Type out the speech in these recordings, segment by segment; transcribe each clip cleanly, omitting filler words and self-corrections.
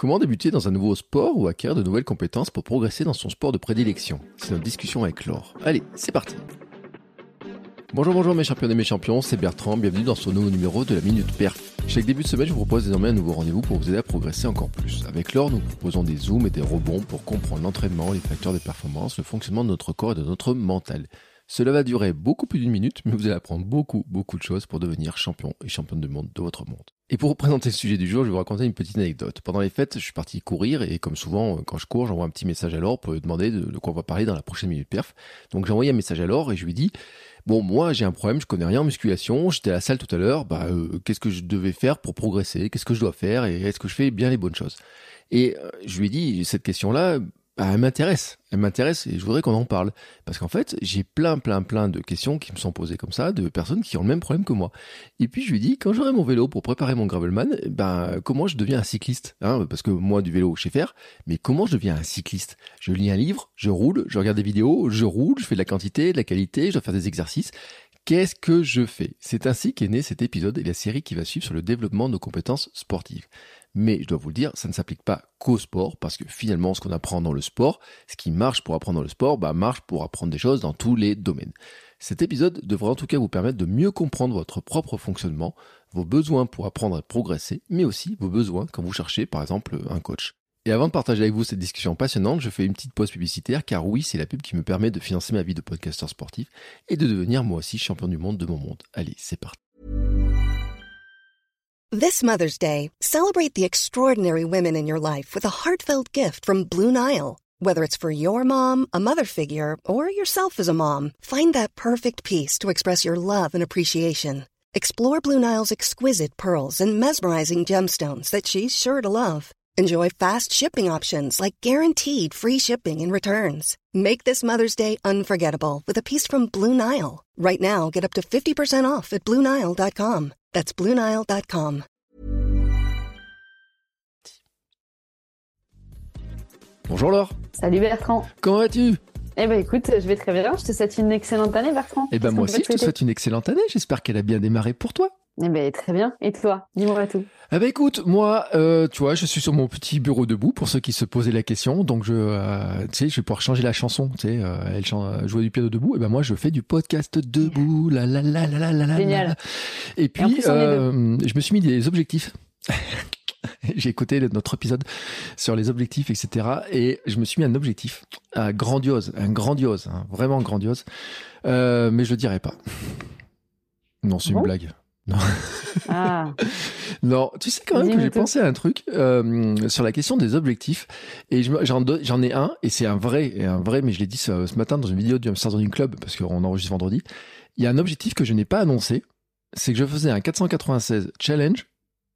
Comment débuter dans un nouveau sport ou acquérir de nouvelles compétences pour progresser dans son sport de prédilection? C'est notre discussion avec Laure. Allez, c'est parti. Bonjour mes champions et mes champions, c'est Bertrand, bienvenue dans ce nouveau numéro de la Minute Perf. Chaque début de semaine, je vous propose désormais un nouveau rendez-vous pour vous aider à progresser encore plus. Avec Laure, nous proposons des zooms et des rebonds pour comprendre l'entraînement, les facteurs de performance, le fonctionnement de notre corps et de notre mental. Cela va durer beaucoup plus d'une minute, mais vous allez apprendre beaucoup de choses pour devenir champion et championne du monde de votre monde. Et pour vous présenter le sujet du jour, je vais vous raconter une petite anecdote. Pendant les fêtes, je suis parti courir et comme souvent, quand je cours, j'envoie un petit message à Laure pour lui demander de quoi on va parler dans la prochaine Minute Perf. Donc j'ai envoyé un message à Laure et je lui dis: bon, moi j'ai un problème, je connais rien en musculation, j'étais à la salle tout à l'heure, qu'est-ce que je devais faire pour progresser, qu'est-ce que je dois faire et est-ce que je fais bien les bonnes choses? Et je lui ai dit, cette question-là, elle m'intéresse et je voudrais qu'on en parle. Parce qu'en fait, j'ai plein de questions qui me sont posées comme ça, de personnes qui ont le même problème que moi. Et puis je lui dis, quand j'aurai mon vélo pour préparer mon gravelman, comment je deviens un cycliste, hein? Parce que moi, du vélo, je sais faire, mais comment je deviens un cycliste? Je lis un livre, je roule, je regarde des vidéos, je roule, je fais de la quantité, de la qualité, je dois faire des exercices. Qu'est-ce que je fais? C'est ainsi qu'est né cet épisode et la série qui va suivre sur le développement de nos compétences sportives. Mais je dois vous le dire, ça ne s'applique pas qu'au sport, parce que finalement, ce qu'on apprend dans le sport, ce qui marche pour apprendre dans le sport, marche pour apprendre des choses dans tous les domaines. Cet épisode devrait en tout cas vous permettre de mieux comprendre votre propre fonctionnement, vos besoins pour apprendre à progresser, mais aussi vos besoins quand vous cherchez par exemple un coach. Et avant de partager avec vous cette discussion passionnante, je fais une petite pause publicitaire, car oui, c'est la pub qui me permet de financer ma vie de podcasteur sportif et de devenir moi aussi champion du monde de mon monde. Allez, c'est parti. This Mother's Day, celebrate the extraordinary women in your life with a heartfelt gift from Blue Nile. Whether it's for your mom, a mother figure, or yourself as a mom, find that perfect piece to express your love and appreciation. Explore Blue Nile's exquisite pearls and mesmerizing gemstones that she's sure to love. Enjoy fast shipping options like guaranteed free shipping and returns. Make this Mother's Day unforgettable with a piece from Blue Nile. Right now, get up to 50% off at BlueNile.com. That's BlueNile.com. Bonjour Laure. Salut Bertrand. Comment vas-tu? Écoute, je vais très bien. Je te souhaite une excellente année, Bertrand. Moi aussi, je te souhaite une excellente année. J'espère qu'elle a bien démarré pour toi. Très bien. Et toi? Dis-moi tout. Écoute, moi, tu vois, je suis sur mon petit bureau debout pour ceux qui se posaient la question. Donc, je vais pouvoir changer la chanson. Elle jouait du piano debout. Moi, je fais du podcast debout. Génial. Et puis, en plus, je me suis mis des objectifs. J'ai écouté notre épisode sur les objectifs, etc. Et je me suis mis un objectif grandiose, vraiment grandiose. Mais je le dirai pas. Non, c'est une blague. Non. Ah. Non, tu sais quand même que j'ai pensé à un truc sur la question des objectifs et j'en ai un et c'est un vrai, mais je l'ai dit ce matin dans une vidéo du Hamster Running Club parce qu'on enregistre vendredi. Il y a un objectif que je n'ai pas annoncé, c'est que je faisais un 496 challenge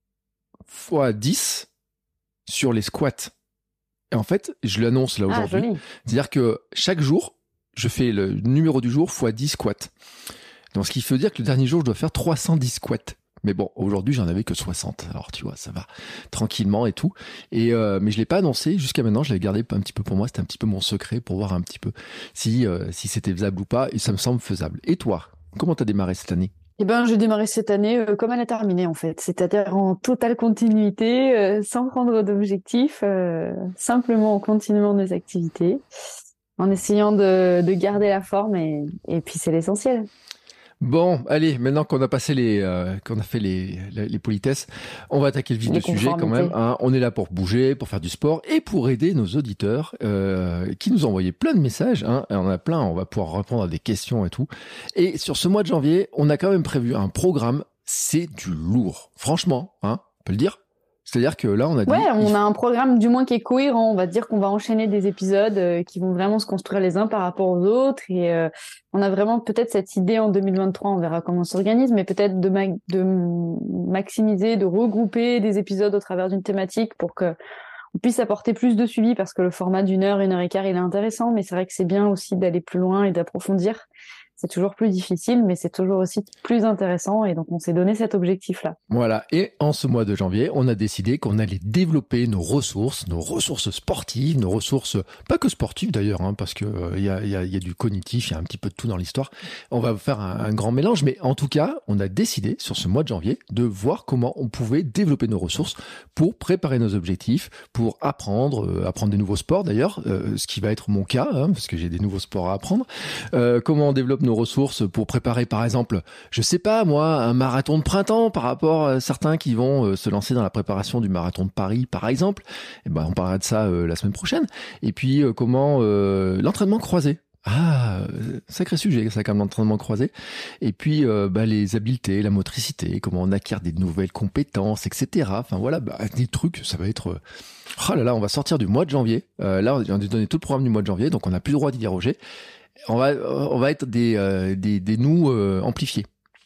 x 10 sur les squats. Et en fait, je l'annonce là aujourd'hui. Joli. C'est-à-dire que chaque jour, je fais le numéro du jour x 10 squats. Donc, ce qui veut dire que le dernier jour, je dois faire 310 squats. Mais bon, aujourd'hui, j'en avais que 60. Alors, tu vois, ça va tranquillement et tout. Et mais je l'ai pas annoncé jusqu'à maintenant. Je l'ai gardé un petit peu pour moi. C'était un petit peu mon secret pour voir un petit peu si c'était faisable ou pas. Et ça me semble faisable. Et toi, comment t'as démarré cette année? J'ai démarré cette année comme elle a terminé, en fait. C'est-à-dire en totale continuité, sans prendre d'objectif, simplement en continuant mes activités, en essayant de garder la forme et puis c'est l'essentiel. Bon, allez, maintenant qu'on a passé qu'on a fait les politesses, on va attaquer le vif du sujet quand même. Hein. On est là pour bouger, pour faire du sport et pour aider nos auditeurs qui nous ont envoyé plein de messages. Hein. Et on a plein, on va pouvoir répondre à des questions et tout. Et sur ce mois de janvier, on a quand même prévu un programme. C'est du lourd, franchement, hein, on peut le dire. C'est-à-dire que là, on a dit... on a un programme du moins qui est cohérent. On va dire qu'on va enchaîner des épisodes qui vont vraiment se construire les uns par rapport aux autres. Et on a vraiment peut-être cette idée en 2023, on verra comment on s'organise, mais peut-être de maximiser, de regrouper des épisodes au travers d'une thématique pour que on puisse apporter plus de suivi parce que le format d'1 heure, 1 heure et quart, il est intéressant. Mais c'est vrai que c'est bien aussi d'aller plus loin et d'approfondir. C'est toujours plus difficile, mais c'est toujours aussi plus intéressant. Et donc, on s'est donné cet objectif-là. Voilà. Et en ce mois de janvier, on a décidé qu'on allait développer nos ressources sportives, nos ressources, pas que sportives d'ailleurs, hein, parce que il y a du cognitif, il y a un petit peu de tout dans l'histoire. On va faire un grand mélange, mais en tout cas, on a décidé sur ce mois de janvier de voir comment on pouvait développer nos ressources pour préparer nos objectifs, pour apprendre des nouveaux sports d'ailleurs, ce qui va être mon cas, hein, parce que j'ai des nouveaux sports à apprendre. Comment on développe nos ressources pour préparer, par exemple, je sais pas moi, un marathon de printemps par rapport à certains qui vont se lancer dans la préparation du marathon de Paris, par exemple. Et ben, on parlera de ça la semaine prochaine. Et puis, comment l'entraînement croisé. Ah, sacré sujet, ça, comme l'entraînement croisé. Et puis, les habiletés, la motricité, comment on acquiert des nouvelles compétences, etc. Enfin, voilà, des trucs, ça va être... Oh là là, on va sortir du mois de janvier. Là, on a donné tout le programme du mois de janvier, donc on n'a plus le droit d'y déroger. On va être des nous amplifiés.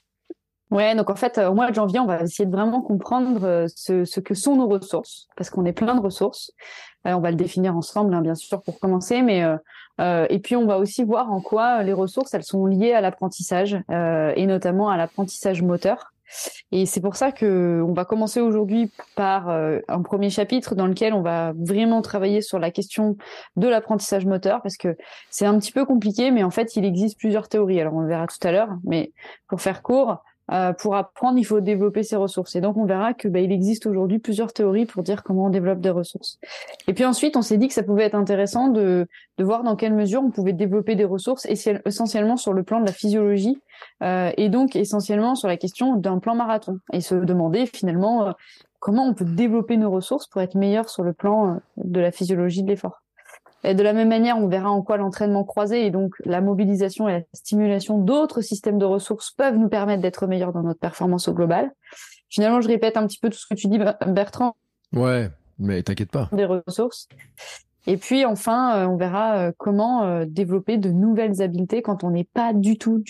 Ouais, donc en fait, au mois de janvier, on va essayer de vraiment comprendre ce que sont nos ressources, parce qu'on est plein de ressources. On va le définir ensemble, hein, bien sûr, pour commencer, mais et puis on va aussi voir en quoi les ressources, elles sont liées à l'apprentissage, et notamment à l'apprentissage moteur. Et c'est pour ça que on va commencer aujourd'hui par un premier chapitre dans lequel on va vraiment travailler sur la question de l'apprentissage moteur, parce que c'est un petit peu compliqué, mais en fait, il existe plusieurs théories. Alors, on le verra tout à l'heure, mais pour faire court, pour apprendre, il faut développer ses ressources. Et donc, on verra que il existe aujourd'hui plusieurs théories pour dire comment on développe des ressources. Et puis ensuite, on s'est dit que ça pouvait être intéressant de voir dans quelle mesure on pouvait développer des ressources essentiellement sur le plan de la physiologie, et donc essentiellement sur la question d'un plan marathon. Et se demander finalement comment on peut développer nos ressources pour être meilleur sur le plan de la physiologie de l'effort. Et de la même manière, on verra en quoi l'entraînement croisé et donc la mobilisation et la stimulation d'autres systèmes de ressources peuvent nous permettre d'être meilleurs dans notre performance au global. Finalement, je répète un petit peu tout ce que tu dis, Bertrand. Ouais, mais t'inquiète pas. Des ressources. Et puis enfin, on verra comment développer de nouvelles habiletés quand on n'est pas du tout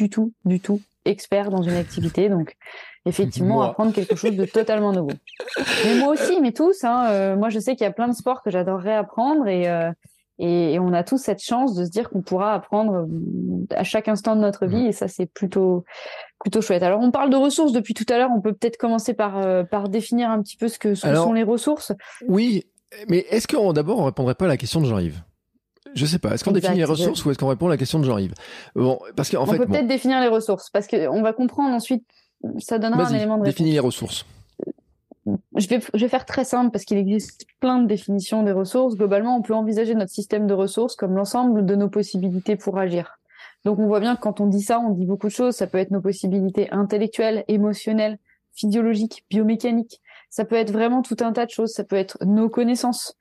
expert dans une activité. Donc, effectivement, apprendre quelque chose de totalement nouveau. Mais moi aussi, mais tous. Moi, je sais qu'il y a plein de sports que j'adorerais apprendre et on a tous cette chance de se dire qu'on pourra apprendre à chaque instant de notre vie, et ça, c'est plutôt chouette. Alors, on parle de ressources depuis tout à l'heure. On peut peut-être commencer par définir un petit peu ce que sont les ressources. Oui, mais est-ce qu'on d'abord on répondrait pas à la question de Jean-Yves? Je sais pas. Est-ce qu'on définit les ressources ou est-ce qu'on répond à la question de Jean-Yves? Bon, parce qu'en fait, on peut peut-être définir les ressources parce que on va comprendre ensuite. Ça donnera un élément de réponse. Définis les ressources. Je vais faire très simple parce qu'il existe plein de définitions des ressources. Globalement, on peut envisager notre système de ressources comme l'ensemble de nos possibilités pour agir. Donc, on voit bien que quand on dit ça, on dit beaucoup de choses. Ça peut être nos possibilités intellectuelles, émotionnelles, physiologiques, biomécaniques. Ça peut être vraiment tout un tas de choses. Ça peut être nos connaissances.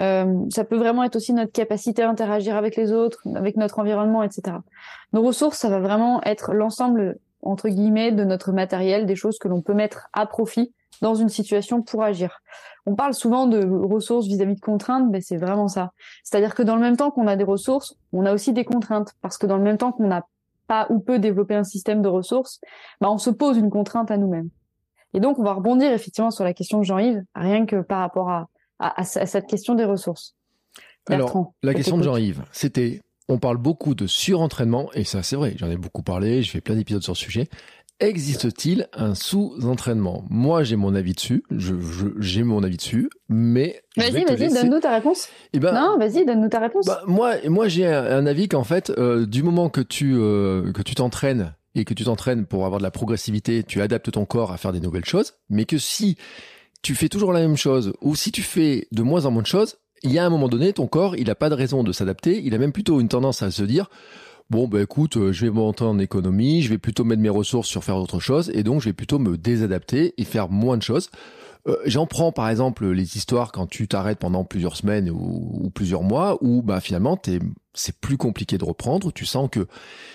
Ça peut vraiment être aussi notre capacité à interagir avec les autres, avec notre environnement, etc. Nos ressources, ça va vraiment être l'ensemble, entre guillemets, de notre matériel, des choses que l'on peut mettre à profit dans une situation pour agir. On parle souvent de ressources vis-à-vis de contraintes, mais c'est vraiment ça. C'est-à-dire que dans le même temps qu'on a des ressources, on a aussi des contraintes. Parce que dans le même temps qu'on n'a pas ou peu développé un système de ressources, on se pose une contrainte à nous-mêmes. Et donc, on va rebondir effectivement sur la question de Jean-Yves, rien que par rapport à cette question des ressources. Bertrand, alors, la question de Jean-Yves, c'était, on parle beaucoup de surentraînement, et ça c'est vrai, j'en ai beaucoup parlé, j'ai fait plein d'épisodes sur ce sujet. Existe-t-il un sous-entraînement? Moi, j'ai mon avis dessus. J'ai mon avis dessus, mais vas-y, donne-nous ta réponse. Non, vas-y, donne-nous ta réponse. Moi, j'ai un avis qu'en fait, du moment que tu t'entraînes et que tu t'entraînes pour avoir de la progressivité, tu adaptes ton corps à faire des nouvelles choses, mais que si tu fais toujours la même chose ou si tu fais de moins en moins de choses, il y a un moment donné, ton corps, il a pas de raison de s'adapter. Il a même plutôt une tendance à se dire, bon, écoute, je vais monter en économie, je vais plutôt mettre mes ressources sur faire autre chose, et donc je vais plutôt me désadapter et faire moins de choses. J'en prends par exemple les histoires quand tu t'arrêtes pendant plusieurs semaines ou plusieurs mois, où finalement c'est plus compliqué de reprendre, tu sens que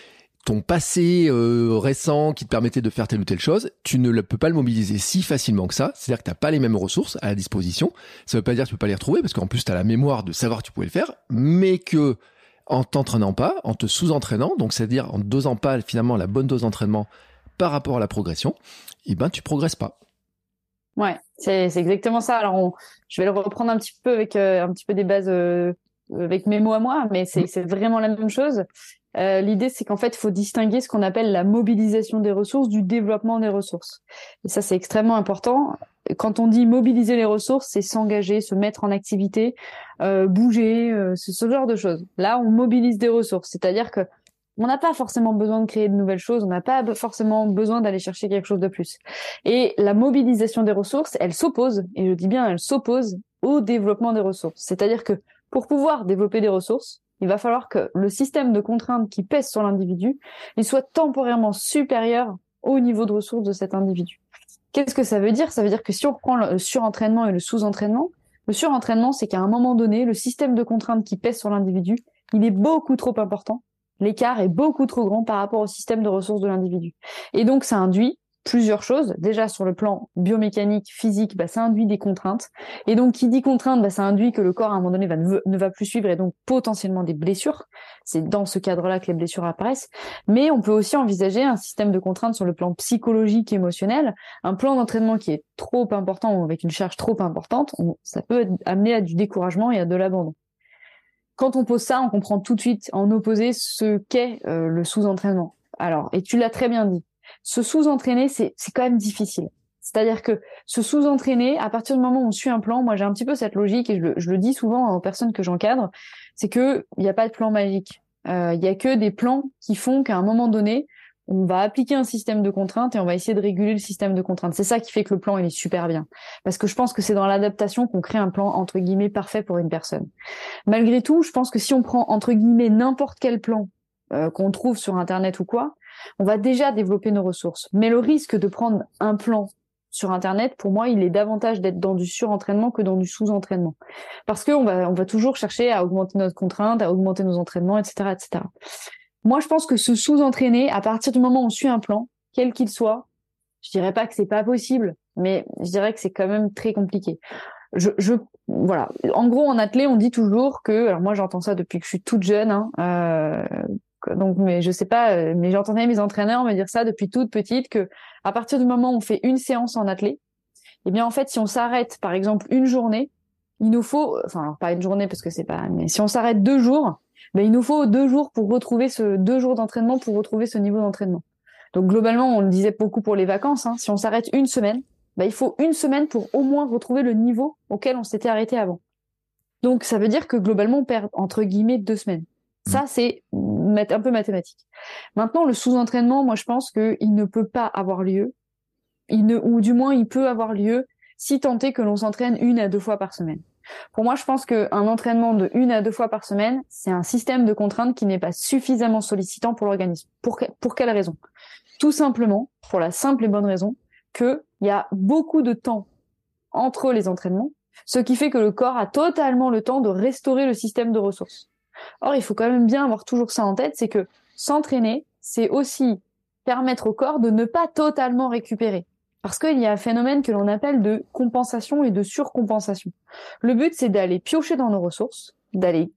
ton passé récent qui te permettait de faire telle ou telle chose, tu ne peux pas le mobiliser si facilement que ça, c'est-à-dire que tu n'as pas les mêmes ressources à la disposition. Ça veut pas dire que tu peux pas les retrouver, parce qu'en plus tu as la mémoire de savoir que tu pouvais le faire, mais que en t'entraînant pas, en te sous-entraînant, donc c'est-à-dire en ne dosant pas finalement la bonne dose d'entraînement par rapport à la progression, tu progresses pas. Ouais, c'est exactement ça. Alors je vais le reprendre un petit peu avec un petit peu des bases avec mes mots à moi, mais c'est vraiment la même chose. L'idée, c'est qu'en fait, il faut distinguer ce qu'on appelle la mobilisation des ressources du développement des ressources. Et ça, c'est extrêmement important. Quand on dit mobiliser les ressources, c'est s'engager, se mettre en activité, bouger, ce genre de choses. Là, on mobilise des ressources, c'est-à-dire que on n'a pas forcément besoin de créer de nouvelles choses, on n'a pas forcément besoin d'aller chercher quelque chose de plus. Et la mobilisation des ressources, elle s'oppose, et je dis bien elle s'oppose au développement des ressources. C'est-à-dire que pour pouvoir développer des ressources, il va falloir que le système de contraintes qui pèse sur l'individu, il soit temporairement supérieur au niveau de ressources de cet individu. Qu'est-ce que ça veut dire ? Ça veut dire que si on reprend le surentraînement et le sous-entraînement, le surentraînement, c'est qu'à un moment donné, le système de contraintes qui pèse sur l'individu, il est beaucoup trop important. L'écart est beaucoup trop grand par rapport au système de ressources de l'individu. Et donc, ça induit plusieurs choses. Déjà, sur le plan biomécanique, physique, ça induit des contraintes. Et donc, qui dit contrainte, ça induit que le corps, à un moment donné, ne va plus suivre et donc potentiellement des blessures. C'est dans ce cadre-là que les blessures apparaissent. Mais on peut aussi envisager un système de contraintes sur le plan psychologique, émotionnel. Un plan d'entraînement qui est trop important ou avec une charge trop importante, ça peut amener à du découragement et à de l'abandon. Quand on pose ça, on comprend tout de suite en opposé ce qu'est le sous-entraînement. Alors, et tu l'as très bien dit, se sous-entraîner, c'est quand même difficile. C'est-à-dire que se sous-entraîner, à partir du moment où on suit un plan, moi j'ai un petit peu cette logique et je le dis souvent aux personnes que j'encadre, c'est que il n'y a pas de plan magique. Il y a que des plans qui font qu'à un moment donné, on va appliquer un système de contraintes et on va essayer de réguler le système de contraintes. C'est ça qui fait que le plan, il est super bien. Parce que je pense que c'est dans l'adaptation qu'on crée un plan, entre guillemets, parfait pour une personne. Malgré tout, je pense que si on prend, entre guillemets, n'importe quel plan qu'on trouve sur Internet ou quoi, on va déjà développer nos ressources. Mais le risque de prendre un plan sur Internet, pour moi, il est davantage d'être dans du surentraînement que dans du sous-entraînement. Parce qu'on va toujours chercher à augmenter notre contrainte, à augmenter nos entraînements, etc., etc. Moi, je pense que se sous-entraîner, à partir du moment où on suit un plan, quel qu'il soit, je dirais pas que c'est pas possible, mais je dirais que c'est quand même très compliqué. Voilà. En gros, en athlé, on dit toujours que, alors moi, j'entends ça depuis que je suis toute jeune, donc, mais je sais pas, mais j'entendais mes entraîneurs me dire ça depuis toute petite, que à partir du moment où on fait une séance en athlé, eh bien, en fait, si on s'arrête, par exemple, une journée, il nous faut, enfin, alors pas une journée parce que c'est pas, mais si on s'arrête 2 jours, il nous faut 2 jours pour retrouver 2 jours d'entraînement pour retrouver ce niveau d'entraînement. Donc, globalement, on le disait beaucoup pour les vacances, si on s'arrête une semaine, il faut une semaine pour au moins retrouver le niveau auquel on s'était arrêté avant. Donc, ça veut dire que globalement, on perd, entre guillemets, 2 semaines. Ça, c'est un peu mathématique. Maintenant, le sous-entraînement, moi, je pense qu'il ne peut pas avoir lieu, ou du moins, il peut avoir lieu si tant est que l'on s'entraîne 1 à 2 fois par semaine. Pour moi, je pense qu'un entraînement de 1 à 2 fois par semaine, c'est un système de contraintes qui n'est pas suffisamment sollicitant pour l'organisme. Pour quelle raison ? Tout simplement, pour la simple et bonne raison qu'il y a beaucoup de temps entre les entraînements, ce qui fait que le corps a totalement le temps de restaurer le système de ressources. Or, il faut quand même bien avoir toujours ça en tête, c'est que s'entraîner, c'est aussi permettre au corps de ne pas totalement récupérer. Parce qu'il y a un phénomène que l'on appelle de compensation et de surcompensation. Le but, c'est d'aller piocher dans nos ressources, d'aller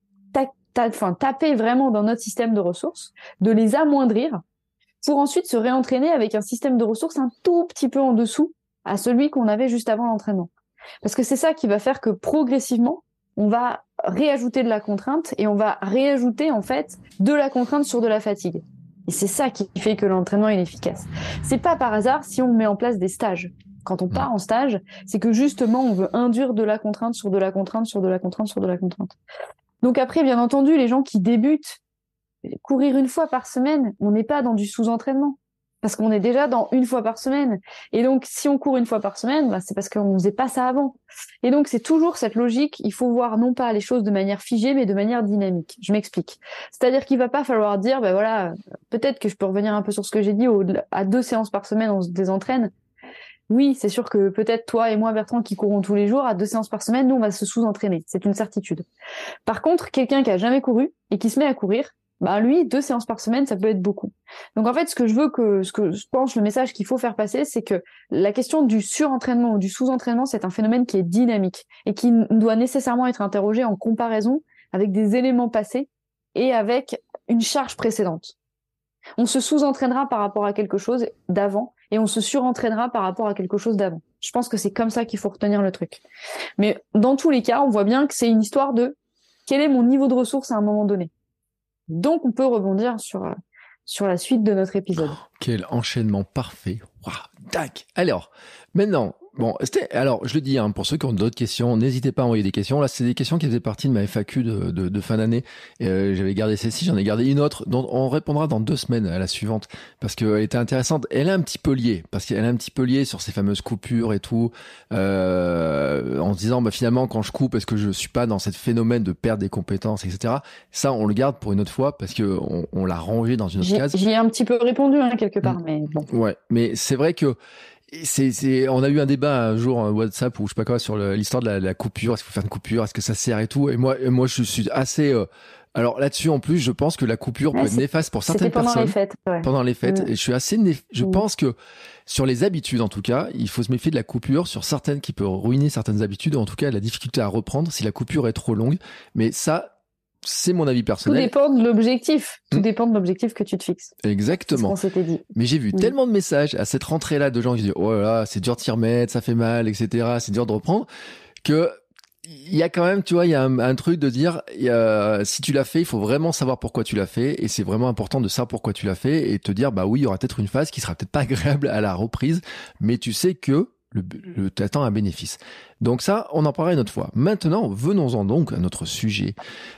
taper vraiment dans notre système de ressources, de les amoindrir, pour ensuite se réentraîner avec un système de ressources un tout petit peu en dessous à celui qu'on avait juste avant l'entraînement. Parce que c'est ça qui va faire que progressivement, on va réajouter de la contrainte et on va réajouter en fait de la contrainte sur de la fatigue. Et c'est ça qui fait que l'entraînement est efficace. C'est pas par hasard si on met en place des stages. Quand on part en stage, c'est que justement on veut induire de la contrainte sur de la contrainte sur de la contrainte sur de la contrainte. Donc après, bien entendu, les gens qui débutent, courir 1 fois par semaine, on n'est pas dans du sous-entraînement. Parce qu'on est déjà dans 1 fois par semaine. Et donc, si on court 1 fois par semaine, c'est parce qu'on ne faisait pas ça avant. Et donc, c'est toujours cette logique. Il faut voir non pas les choses de manière figée, mais de manière dynamique. Je m'explique. C'est-à-dire qu'il va pas falloir dire, voilà, peut-être que je peux revenir un peu sur ce que j'ai dit, à 2 séances par semaine, on se désentraîne. Oui, c'est sûr que peut-être toi et moi, Bertrand, qui courons tous les jours, à 2 séances par semaine, nous, on va se sous-entraîner. C'est une certitude. Par contre, quelqu'un qui a jamais couru et qui se met à courir, lui, 2 séances par semaine, ça peut être beaucoup. Donc en fait, ce que je pense, le message qu'il faut faire passer, c'est que la question du surentraînement ou du sous-entraînement, c'est un phénomène qui est dynamique et qui doit nécessairement être interrogé en comparaison avec des éléments passés et avec une charge précédente. On se sous-entraînera par rapport à quelque chose d'avant et on se surentraînera par rapport à quelque chose d'avant. Je pense que c'est comme ça qu'il faut retenir le truc. Mais dans tous les cas, on voit bien que c'est une histoire de quel est mon niveau de ressources à un moment donné. Donc, on peut rebondir sur la suite de notre épisode. Oh, quel enchaînement parfait. Waouh, tac. Alors, maintenant, alors, je le dis, pour ceux qui ont d'autres questions, n'hésitez pas à envoyer des questions. Là, c'est des questions qui faisaient partie de ma FAQ de fin d'année. J'avais gardé celle-ci, j'en ai gardé une autre, dont on répondra dans 2 semaines à la suivante, parce qu'elle était intéressante. Elle est un petit peu liée, sur ces fameuses coupures et tout, en se disant, finalement, quand je coupe, est-ce que je suis pas dans cette phénomène de perte des compétences, etc. Ça, on le garde pour une autre fois, parce que on l'a rangé dans une autre case. J'y ai un petit peu répondu, quelque part, mais bon. Ouais, mais c'est vrai que on a eu un débat un jour en WhatsApp ou je sais pas quoi sur l'histoire de la coupure. Est-ce qu'il faut faire une coupure? Est-ce que ça sert et tout? Et moi, je suis assez, alors là-dessus, en plus, je pense que la coupure peut être néfaste pour certaines personnes. Pendant les fêtes, ouais. Pendant les fêtes. Et je suis assez, je pense que sur les habitudes, en tout cas, il faut se méfier de la coupure sur certaines qui peut ruiner certaines habitudes. En tout cas, la difficulté à reprendre si la coupure est trop longue. Mais ça, c'est mon avis personnel. Tout dépend de l'objectif. Tout dépend de l'objectif que tu te fixes. Exactement. C'est ce qu'on s'était dit. Mais j'ai vu tellement de messages à cette rentrée-là de gens qui disent, oh là là, c'est dur de s'y remettre, ça fait mal, etc. C'est dur de reprendre. Que il y a quand même, tu vois, il y a un truc de dire, si tu l'as fait, il faut vraiment savoir pourquoi tu l'as fait. Et c'est vraiment important de savoir pourquoi tu l'as fait et te dire, oui, il y aura peut-être une phase qui sera peut-être pas agréable à la reprise, mais tu sais que t'attends un bénéfice. Donc ça, on en parlera une autre fois. Maintenant, venons-en donc à notre sujet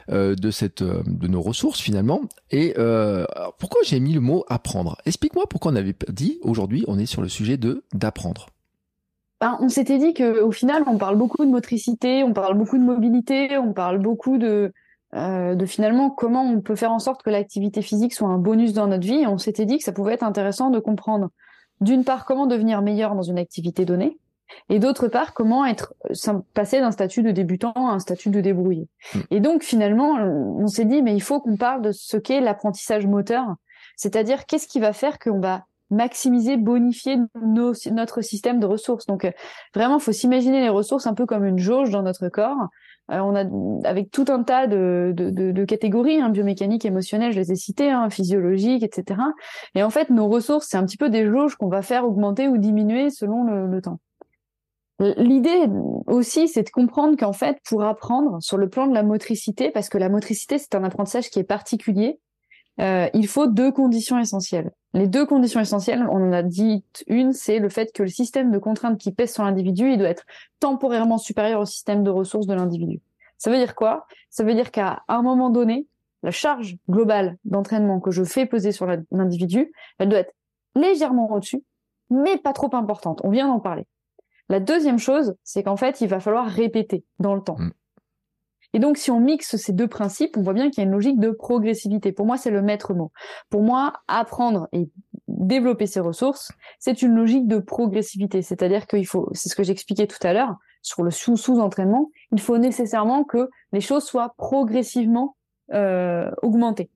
de nos ressources finalement. Et pourquoi j'ai mis le mot apprendre? Explique-moi pourquoi on avait dit aujourd'hui on est sur le sujet d'apprendre. On s'était dit que au final, on parle beaucoup de motricité, on parle beaucoup de mobilité, on parle beaucoup de finalement comment on peut faire en sorte que l'activité physique soit un bonus dans notre vie. Et on s'était dit que ça pouvait être intéressant de comprendre d'une part comment devenir meilleur dans une activité donnée, et d'autre part comment passer d'un statut de débutant à un statut de débrouillé. Et donc finalement, on s'est dit mais il faut qu'on parle de ce qu'est l'apprentissage moteur, c'est-à-dire qu'est-ce qui va faire qu'on va maximiser, bonifier notre système de ressources. Donc vraiment, il faut s'imaginer les ressources un peu comme une jauge dans notre corps. On a avec tout un tas de catégories, biomécaniques, émotionnelles, je les ai citées, physiologiques, etc. Et en fait, nos ressources, c'est un petit peu des jauges qu'on va faire augmenter ou diminuer selon le temps. L'idée aussi, c'est de comprendre qu'en fait, pour apprendre sur le plan de la motricité, parce que la motricité, c'est un apprentissage qui est particulier, il faut 2 conditions essentielles. Les 2 conditions essentielles, on en a dit une, c'est le fait que le système de contraintes qui pèse sur l'individu, il doit être temporairement supérieur au système de ressources de l'individu. Ça veut dire quoi? Ça veut dire qu'à un moment donné, la charge globale d'entraînement que je fais peser sur l'individu, elle doit être légèrement au-dessus, mais pas trop importante. On vient d'en parler. La deuxième chose, c'est qu'en fait, il va falloir répéter dans le temps. Et donc, si on mixe ces 2 principes, on voit bien qu'il y a une logique de progressivité. Pour moi, c'est le maître mot. Pour moi, apprendre et développer ses ressources, c'est une logique de progressivité. C'est-à-dire qu'il faut, c'est ce que j'expliquais tout à l'heure, sur le sous-entraînement, il faut nécessairement que les choses soient progressivement augmentées.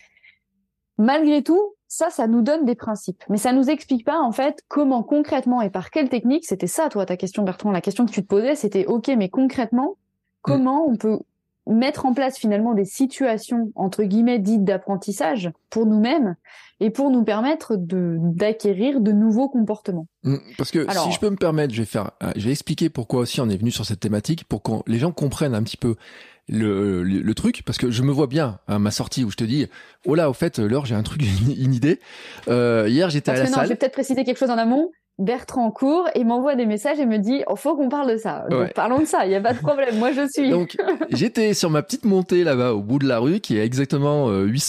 Malgré tout, ça nous donne des principes. Mais ça nous explique pas, en fait, comment concrètement et par quelle technique, c'était ça, toi, ta question, Bertrand, la question que tu te posais, c'était, OK, mais concrètement, comment on peut mettre en place finalement des situations entre guillemets dites d'apprentissage pour nous-mêmes et pour nous permettre d'acquérir de nouveaux comportements. Parce que si je peux me permettre, je vais expliquer pourquoi aussi on est venu sur cette thématique pour que les gens comprennent un petit peu le truc, parce que je me vois bien à ma sortie où je te dis oh là au fait Laure, j'ai un truc, une idée. Hier j'étais à la salle. Je vais peut-être préciser quelque chose en amont. Bertrand court et m'envoie des messages et me dit faut qu'on parle de ça. Donc parlons de ça, il y a pas de problème, moi je suis. Donc j'étais sur ma petite montée là-bas au bout de la rue qui est exactement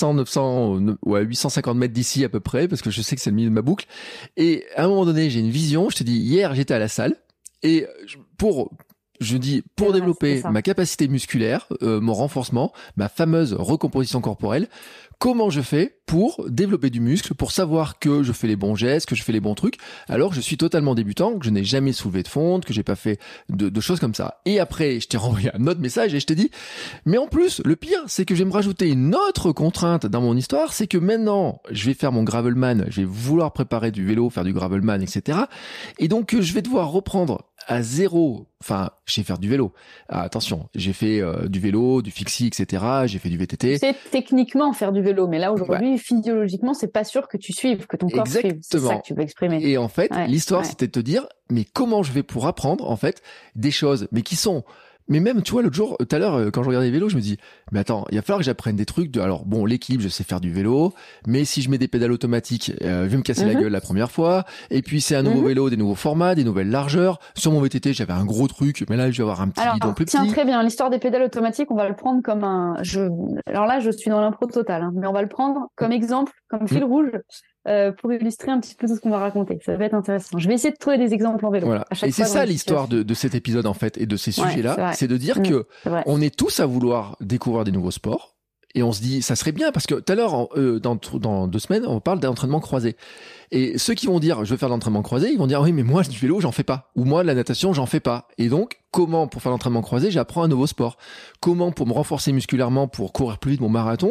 850 mètres d'ici à peu près, parce que je sais que c'est le milieu de ma boucle, et à un moment donné j'ai une vision. Je te dis hier j'étais à la salle et pour développer ma capacité musculaire, mon renforcement, ma fameuse recomposition corporelle, comment je fais pour développer du muscle, pour savoir que je fais les bons gestes, que je fais les bons trucs, alors que je suis totalement débutant, que je n'ai jamais soulevé de fonte, que j'ai pas fait de choses comme ça. Et après, je t'ai renvoyé un autre message et je t'ai dit, mais en plus, le pire, c'est que je vais me rajouter une autre contrainte dans mon histoire, c'est que maintenant, je vais faire mon gravelman, je vais vouloir préparer du vélo, faire du gravelman, etc. Et donc, je vais devoir reprendre à zéro. Enfin, je sais faire du vélo. Attention, j'ai fait du vélo, du fixie, etc. J'ai fait du VTT. C'est techniquement faire du vélo, mais là aujourd'hui, physiologiquement, c'est pas sûr que tu suives, que ton corps suive. C'est ça que tu veux exprimer. Et en fait, l'histoire, c'était de te dire, mais comment je vais pour apprendre en fait des choses, mais qui sont Mais même, tu vois, l'autre jour, tout à l'heure, quand je regardais les vélos, je me dis, mais attends, il va falloir que j'apprenne des trucs de, alors bon, l'équilibre, je sais faire du vélo, mais si je mets des pédales automatiques, je vais me casser la gueule la première fois. Et puis c'est un nouveau vélo, des nouveaux formats, des nouvelles largeurs. Sur mon VTT, j'avais un gros truc, mais là, je vais avoir un petit bidon plus petit. Tiens, très bien, l'histoire des pédales automatiques, on va le prendre comme alors là, je suis dans l'impro total, hein, mais on va le prendre comme exemple, comme fil rouge. Pour illustrer un petit peu tout ce qu'on va raconter. Ça va être intéressant. Je vais essayer de trouver des exemples en vélo. Voilà. Et c'est ça l'histoire de cet épisode, en fait, et de ces sujets-là. C'est de dire que on est tous à vouloir découvrir des nouveaux sports. Et on se dit, ça serait bien, parce que tout à l'heure, dans 2 semaines, on parle d'entraînement croisé. Et ceux qui vont dire, je veux faire de l'entraînement croisé, ils vont dire, oui, mais moi, du vélo, j'en fais pas. Ou moi, de la natation, j'en fais pas. Et donc, comment, pour faire l'entraînement croisé, j'apprends un nouveau sport? Comment, pour me renforcer musculairement, pour courir plus vite mon marathon,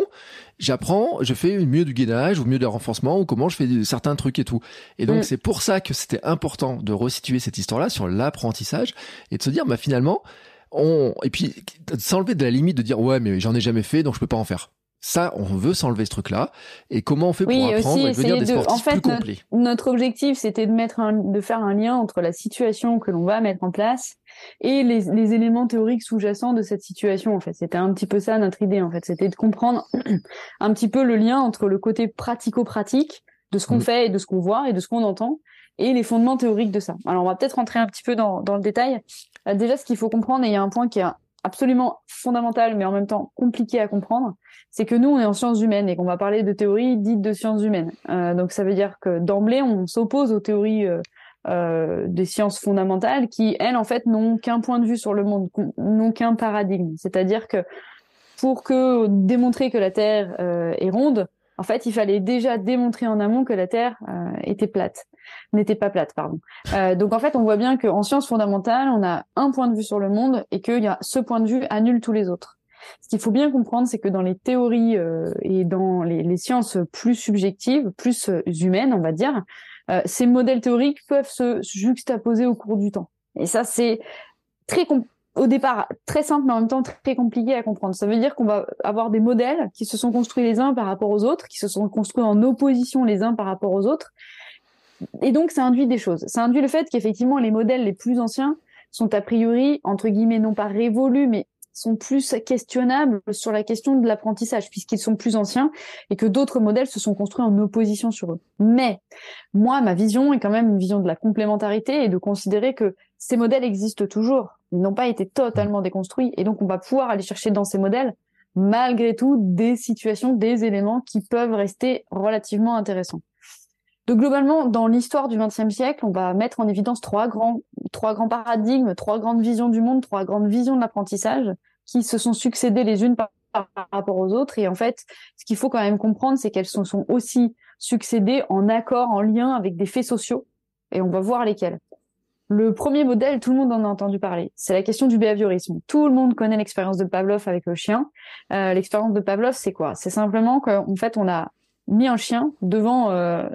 je fais mieux du gainage, ou mieux de renforcement, ou comment je fais certains trucs et tout. Et donc, c'est pour ça que c'était important de resituer cette histoire-là sur l'apprentissage, et de se dire, bah, finalement, et puis, s'enlever de la limite de dire, ouais, mais j'en ai jamais fait, donc je peux pas en faire. Ça, on veut s'enlever ce truc-là. Et comment on fait pour apprendre et devenir des sportifs plus complets? Notre objectif, c'était de faire un lien entre la situation que l'on va mettre en place et les éléments théoriques sous-jacents de cette situation, en fait. C'était un petit peu ça, notre idée, en fait. C'était de comprendre un petit peu le lien entre le côté pratico-pratique de ce qu'on fait et de ce qu'on voit et de ce qu'on entend et les fondements théoriques de ça. Alors, on va peut-être rentrer un petit peu dans le détail. Déjà, ce qu'il faut comprendre, et il y a un point qui est absolument fondamental, mais en même temps compliqué à comprendre, c'est que nous, on est en sciences humaines et qu'on va parler de théories dites de sciences humaines. Donc, ça veut dire que d'emblée, on s'oppose aux théories des sciences fondamentales qui, elles, en fait, n'ont qu'un point de vue sur le monde, n'ont qu'un paradigme. C'est-à-dire que pour démontrer que la Terre est ronde, en fait, il fallait déjà démontrer en amont que la Terre n'était pas plate, pardon. Donc en fait, on voit bien qu'en sciences fondamentales, on a un point de vue sur le monde et que ce point de vue annule tous les autres. Ce qu'il faut bien comprendre, c'est que dans les théories et dans les sciences plus subjectives, plus humaines, on va dire, ces modèles théoriques peuvent se juxtaposer au cours du temps. Et ça, c'est au départ très simple, mais en même temps très compliqué à comprendre. Ça veut dire qu'on va avoir des modèles qui se sont construits les uns par rapport aux autres, qui se sont construits en opposition les uns par rapport aux autres. Et donc, ça induit des choses. Ça induit le fait qu'effectivement, les modèles les plus anciens sont a priori, entre guillemets, non pas révolus, mais sont plus questionnables sur la question de l'apprentissage, puisqu'ils sont plus anciens et que d'autres modèles se sont construits en opposition sur eux. Mais moi, ma vision est quand même une vision de la complémentarité et de considérer que ces modèles existent toujours. Ils n'ont pas été totalement déconstruits. Et donc, on va pouvoir aller chercher dans ces modèles, malgré tout, des situations, des éléments qui peuvent rester relativement intéressants. Donc globalement, dans l'histoire du XXe siècle, on va mettre en évidence trois grands paradigmes, 3 grandes visions du monde, 3 grandes visions de l'apprentissage qui se sont succédées les unes par rapport aux autres. Et en fait, ce qu'il faut quand même comprendre, c'est qu'elles se sont aussi succédées en accord, en lien avec des faits sociaux. Et on va voir lesquels. Le premier modèle, tout le monde en a entendu parler. C'est la question du behaviorisme. Tout le monde connaît l'expérience de Pavlov avec le chien. L'expérience de Pavlov, c'est quoi? C'est simplement qu'en fait, on a mis un chien devant à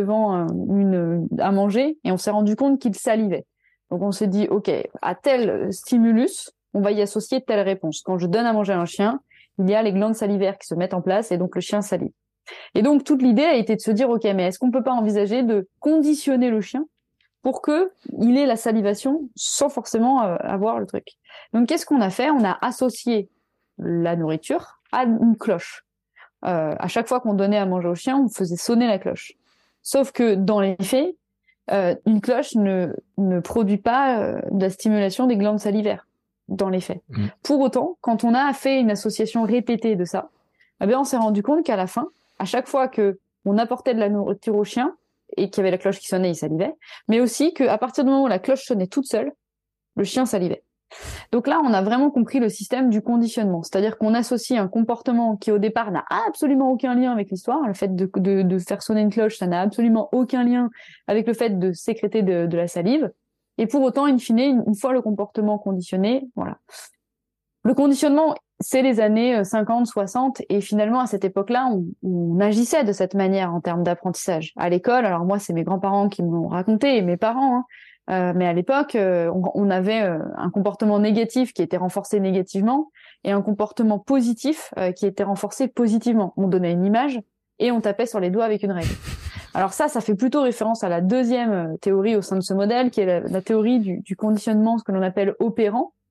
manger et on s'est rendu compte qu'il salivait. Donc on s'est dit, ok, à tel stimulus, on va y associer telle réponse. Quand je donne à manger à un chien, il y a les glandes salivaires qui se mettent en place et donc le chien salive. Et donc toute l'idée a été de se dire, ok, mais est-ce qu'on peut pas envisager de conditionner le chien pour que il ait la salivation sans forcément avoir le truc. Donc qu'est-ce qu'on a fait? On a associé la nourriture à une cloche. À chaque fois qu'on donnait à manger au chien, on faisait sonner la cloche. Sauf que dans les faits, une cloche ne produit pas de la stimulation des glandes salivaires, dans les faits. Pour autant, quand on a fait une association répétée de ça, eh bien, on s'est rendu compte qu'à la fin, à chaque fois qu'on apportait de la nourriture au chien, et qu'il y avait la cloche qui sonnait, il salivait, mais aussi qu'à partir du moment où la cloche sonnait toute seule, le chien salivait. Donc là, on a vraiment compris le système du conditionnement. C'est-à-dire qu'on associe un comportement qui, au départ, n'a absolument aucun lien avec l'histoire. Le fait de faire sonner une cloche, ça n'a absolument aucun lien avec le fait de sécréter de la salive. Et pour autant, in fine, une fois le comportement conditionné, voilà. Le conditionnement, c'est les années 50, 60. Et finalement, à cette époque-là, on agissait de cette manière en termes d'apprentissage. À l'école, alors moi, c'est mes grands-parents qui me l'ont raconté, et mes parents, hein. Mais à l'époque, on avait un comportement négatif qui était renforcé négativement et un comportement positif qui était renforcé positivement. On donnait une image et on tapait sur les doigts avec une règle. Alors ça fait plutôt référence à la deuxième théorie au sein de ce modèle, qui est la théorie du conditionnement, ce que l'on appelle opérant,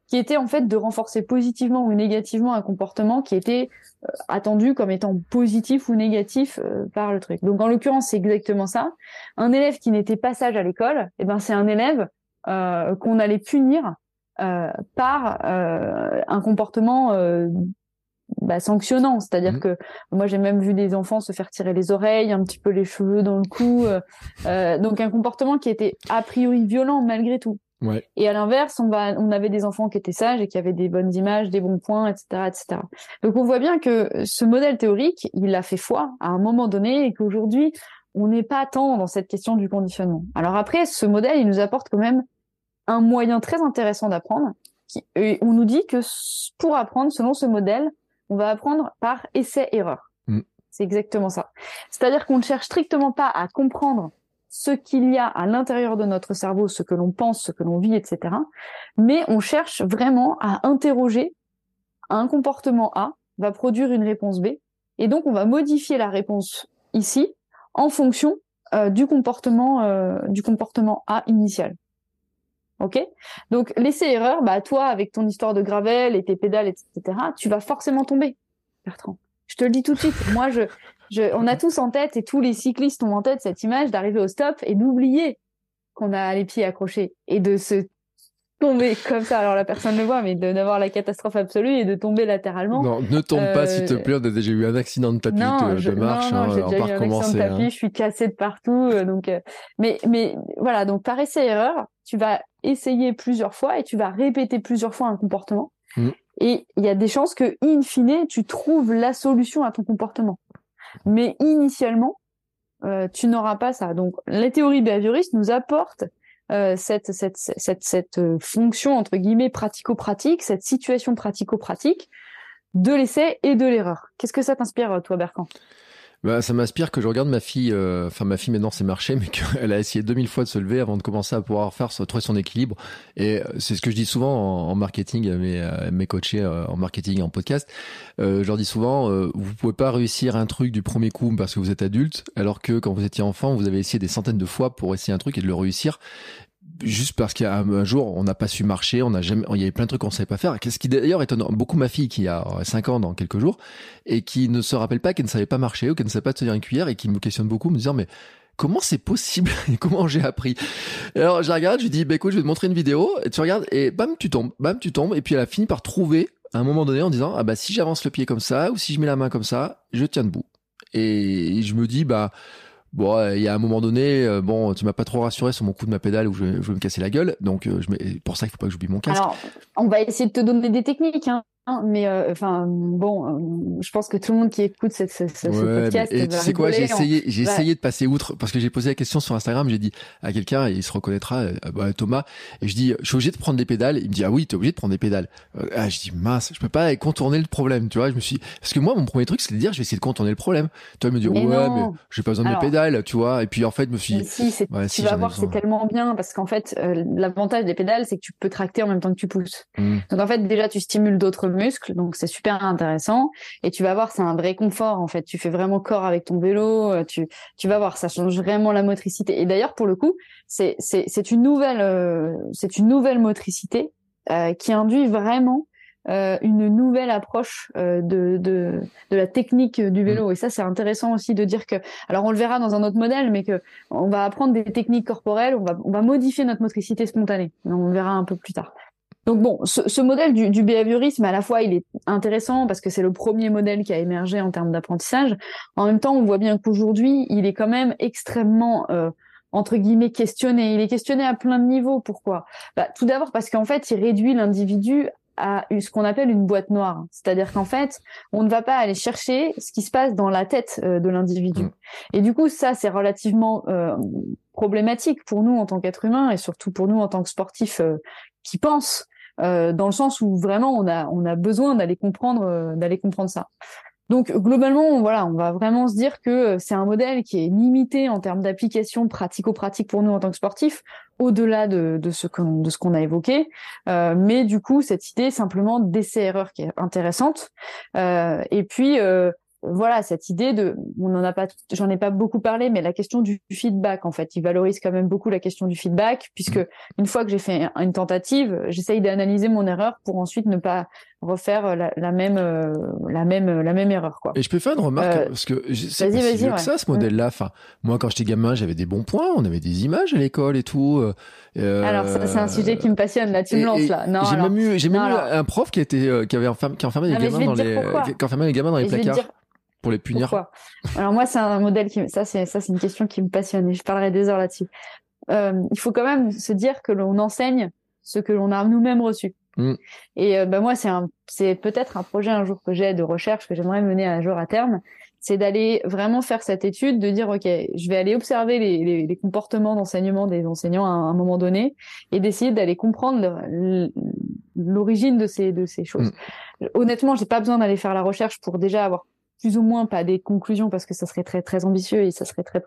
qui était en fait de renforcer positivement ou négativement un comportement qui était attendu comme étant positif ou négatif par le truc. Donc en l'occurrence, c'est exactement ça. Un élève qui n'était pas sage à l'école, eh ben c'est un élève qu'on allait punir par un comportement sanctionnant, c'est-à-dire que moi j'ai même vu des enfants se faire tirer les oreilles, un petit peu les cheveux dans le cou, donc un comportement qui était a priori violent malgré tout. Ouais. Et à l'inverse, on avait des enfants qui étaient sages et qui avaient des bonnes images, des bons points, etc., etc. Donc on voit bien que ce modèle théorique, il a fait foi à un moment donné et qu'aujourd'hui on n'est pas tant dans cette question du conditionnement. Alors après, ce modèle, il nous apporte quand même un moyen très intéressant d'apprendre. Et on nous dit que pour apprendre selon ce modèle, on va apprendre par essai-erreur. C'est exactement ça. C'est-à-dire qu'on ne cherche strictement pas à comprendre ce qu'il y a à l'intérieur de notre cerveau, ce que l'on pense, ce que l'on vit, etc. Mais on cherche vraiment à interroger un comportement A, va produire une réponse B, et donc on va modifier la réponse ici en fonction du comportement A initial. Ok, donc l'essai-erreur, toi avec ton histoire de gravel et tes pédales, etc., tu vas forcément tomber, Bertrand. Je te le dis tout de suite. Moi, on a tous en tête et tous les cyclistes ont en tête cette image d'arriver au stop et d'oublier qu'on a les pieds accrochés et de se tomber comme ça. Alors la personne le voit, mais d'avoir la catastrophe absolue et de tomber latéralement. Non, ne tombe pas s'il te plaît. On a déjà eu un accident de tapis de marche. Non, j'ai déjà eu un accident de tapis. Je suis cassée de partout. Mais voilà. Donc par essai-erreur, tu vas essayer plusieurs fois et tu vas répéter plusieurs fois un comportement. Et il y a des chances que, in fine, tu trouves la solution à ton comportement. Mais initialement, tu n'auras pas ça. Donc les théories behavioristes nous apportent cette fonction entre guillemets pratico-pratique, cette situation pratico-pratique de l'essai et de l'erreur. Qu'est-ce que ça t'inspire, toi, Bertrand ? Ça m'inspire que je regarde ma fille, ma fille maintenant c'est marché, mais qu'elle a essayé 2000 fois de se lever avant de commencer à pouvoir trouver son équilibre. Et c'est ce que je dis souvent en marketing à mes coachés en marketing et en podcast. Je leur dis souvent, vous pouvez pas réussir un truc du premier coup parce que vous êtes adulte, alors que quand vous étiez enfant, vous avez essayé des centaines de fois pour essayer un truc et de le réussir. Juste parce qu'il y a un jour, on n'a pas su marcher, il y avait plein de trucs qu'on savait pas faire. Ce qui d'ailleurs étonne beaucoup ma fille qui a 5 ans dans quelques jours et qui ne se rappelle pas qu'elle ne savait pas marcher ou qu'elle ne savait pas tenir une cuillère et qui me questionne beaucoup, me disant mais comment c'est possible et comment j'ai appris? Alors je la regarde, je lui dis écoute, je vais te montrer une vidéo et tu regardes et bam tu tombes et puis elle a fini par trouver à un moment donné en disant si j'avance le pied comme ça ou si je mets la main comme ça, je tiens debout. Et je me dis bon, il y a un moment donné, tu m'as pas trop rassuré sur mon coup de ma pédale où je vais me casser la gueule, donc pour ça il faut pas que j'oublie mon casque. Alors, on va essayer de te donner des techniques, mais je pense que tout le monde qui écoute ce podcast, et tu sais quoi, j'ai essayé de passer outre parce que j'ai posé la question sur Instagram, j'ai dit à quelqu'un et il se reconnaîtra, Thomas, et je dis je suis obligé de prendre des pédales, il me dit ah oui t'es obligé de prendre des pédales. Je dis mince, je peux pas contourner le problème, tu vois, parce que moi mon premier truc c'est de dire je vais essayer de contourner le problème. Toi il me dit mais j'ai pas besoin de mes pédales, tu vois, et puis en fait je me suis dit tu vas voir c'est tellement bien parce qu'en fait l'avantage des pédales c'est que tu peux tracter en même temps que tu pousses. Donc en fait déjà tu stimules d'autres muscles, donc c'est super intéressant et tu vas voir c'est un vrai confort en fait, tu fais vraiment corps avec ton vélo, tu vas voir ça change vraiment la motricité et d'ailleurs pour le coup c'est une nouvelle motricité qui induit vraiment une nouvelle approche de la technique du vélo et ça c'est intéressant aussi de dire que alors on le verra dans un autre modèle mais que on va apprendre des techniques corporelles, on va modifier notre motricité spontanée, on le verra un peu plus tard. Donc bon, ce modèle du behaviorisme, à la fois, il est intéressant parce que c'est le premier modèle qui a émergé en termes d'apprentissage. En même temps, on voit bien qu'aujourd'hui, il est quand même extrêmement, entre guillemets, questionné. Il est questionné à plein de niveaux. Pourquoi ? Tout d'abord parce qu'en fait, il réduit l'individu à ce qu'on appelle une boîte noire. C'est-à-dire qu'en fait, on ne va pas aller chercher ce qui se passe dans la tête de l'individu. Et du coup, ça, c'est relativement problématique pour nous en tant qu'être humain et surtout pour nous en tant que sportifs qui pensent. Dans le sens où vraiment on a besoin d'aller comprendre ça. Donc globalement on va vraiment se dire que c'est un modèle qui est limité en termes d'application pratico-pratique pour nous en tant que sportifs, au-delà de ce qu'on a évoqué, mais du coup cette idée simplement d'essai-erreur qui est intéressante, et puis voilà, cette idée j'en ai pas beaucoup parlé, mais la question du feedback, en fait, il valorise quand même beaucoup la question du feedback, puisque une fois que j'ai fait une tentative, j'essaye d'analyser mon erreur pour ensuite ne pas refaire la même erreur, quoi. Et je peux faire une remarque, parce que c'est pas si vieux que ça, ce modèle-là. Enfin, moi, quand j'étais gamin, j'avais des bons points, on avait des images à l'école et tout. Alors, ça, c'est un sujet qui me passionne, là, tu me lances, là. Non, j'ai même eu un prof qui enfermait les gamins dans les placards. Pour les punir. Pourquoi ? Alors moi, c'est un modèle c'est une question qui me passionne et je parlerai des heures là-dessus. Il faut quand même se dire que l'on enseigne ce que l'on a nous-mêmes reçu. Et moi, c'est peut-être un projet un jour que j'ai de recherche que j'aimerais mener un jour à terme, c'est d'aller vraiment faire cette étude, de dire ok, je vais aller observer les comportements d'enseignement des enseignants à un moment donné et d'essayer d'aller comprendre l'origine de ces choses. Honnêtement, j'ai pas besoin d'aller faire la recherche pour déjà avoir plus ou moins pas des conclusions parce que ça serait très très ambitieux et ça serait très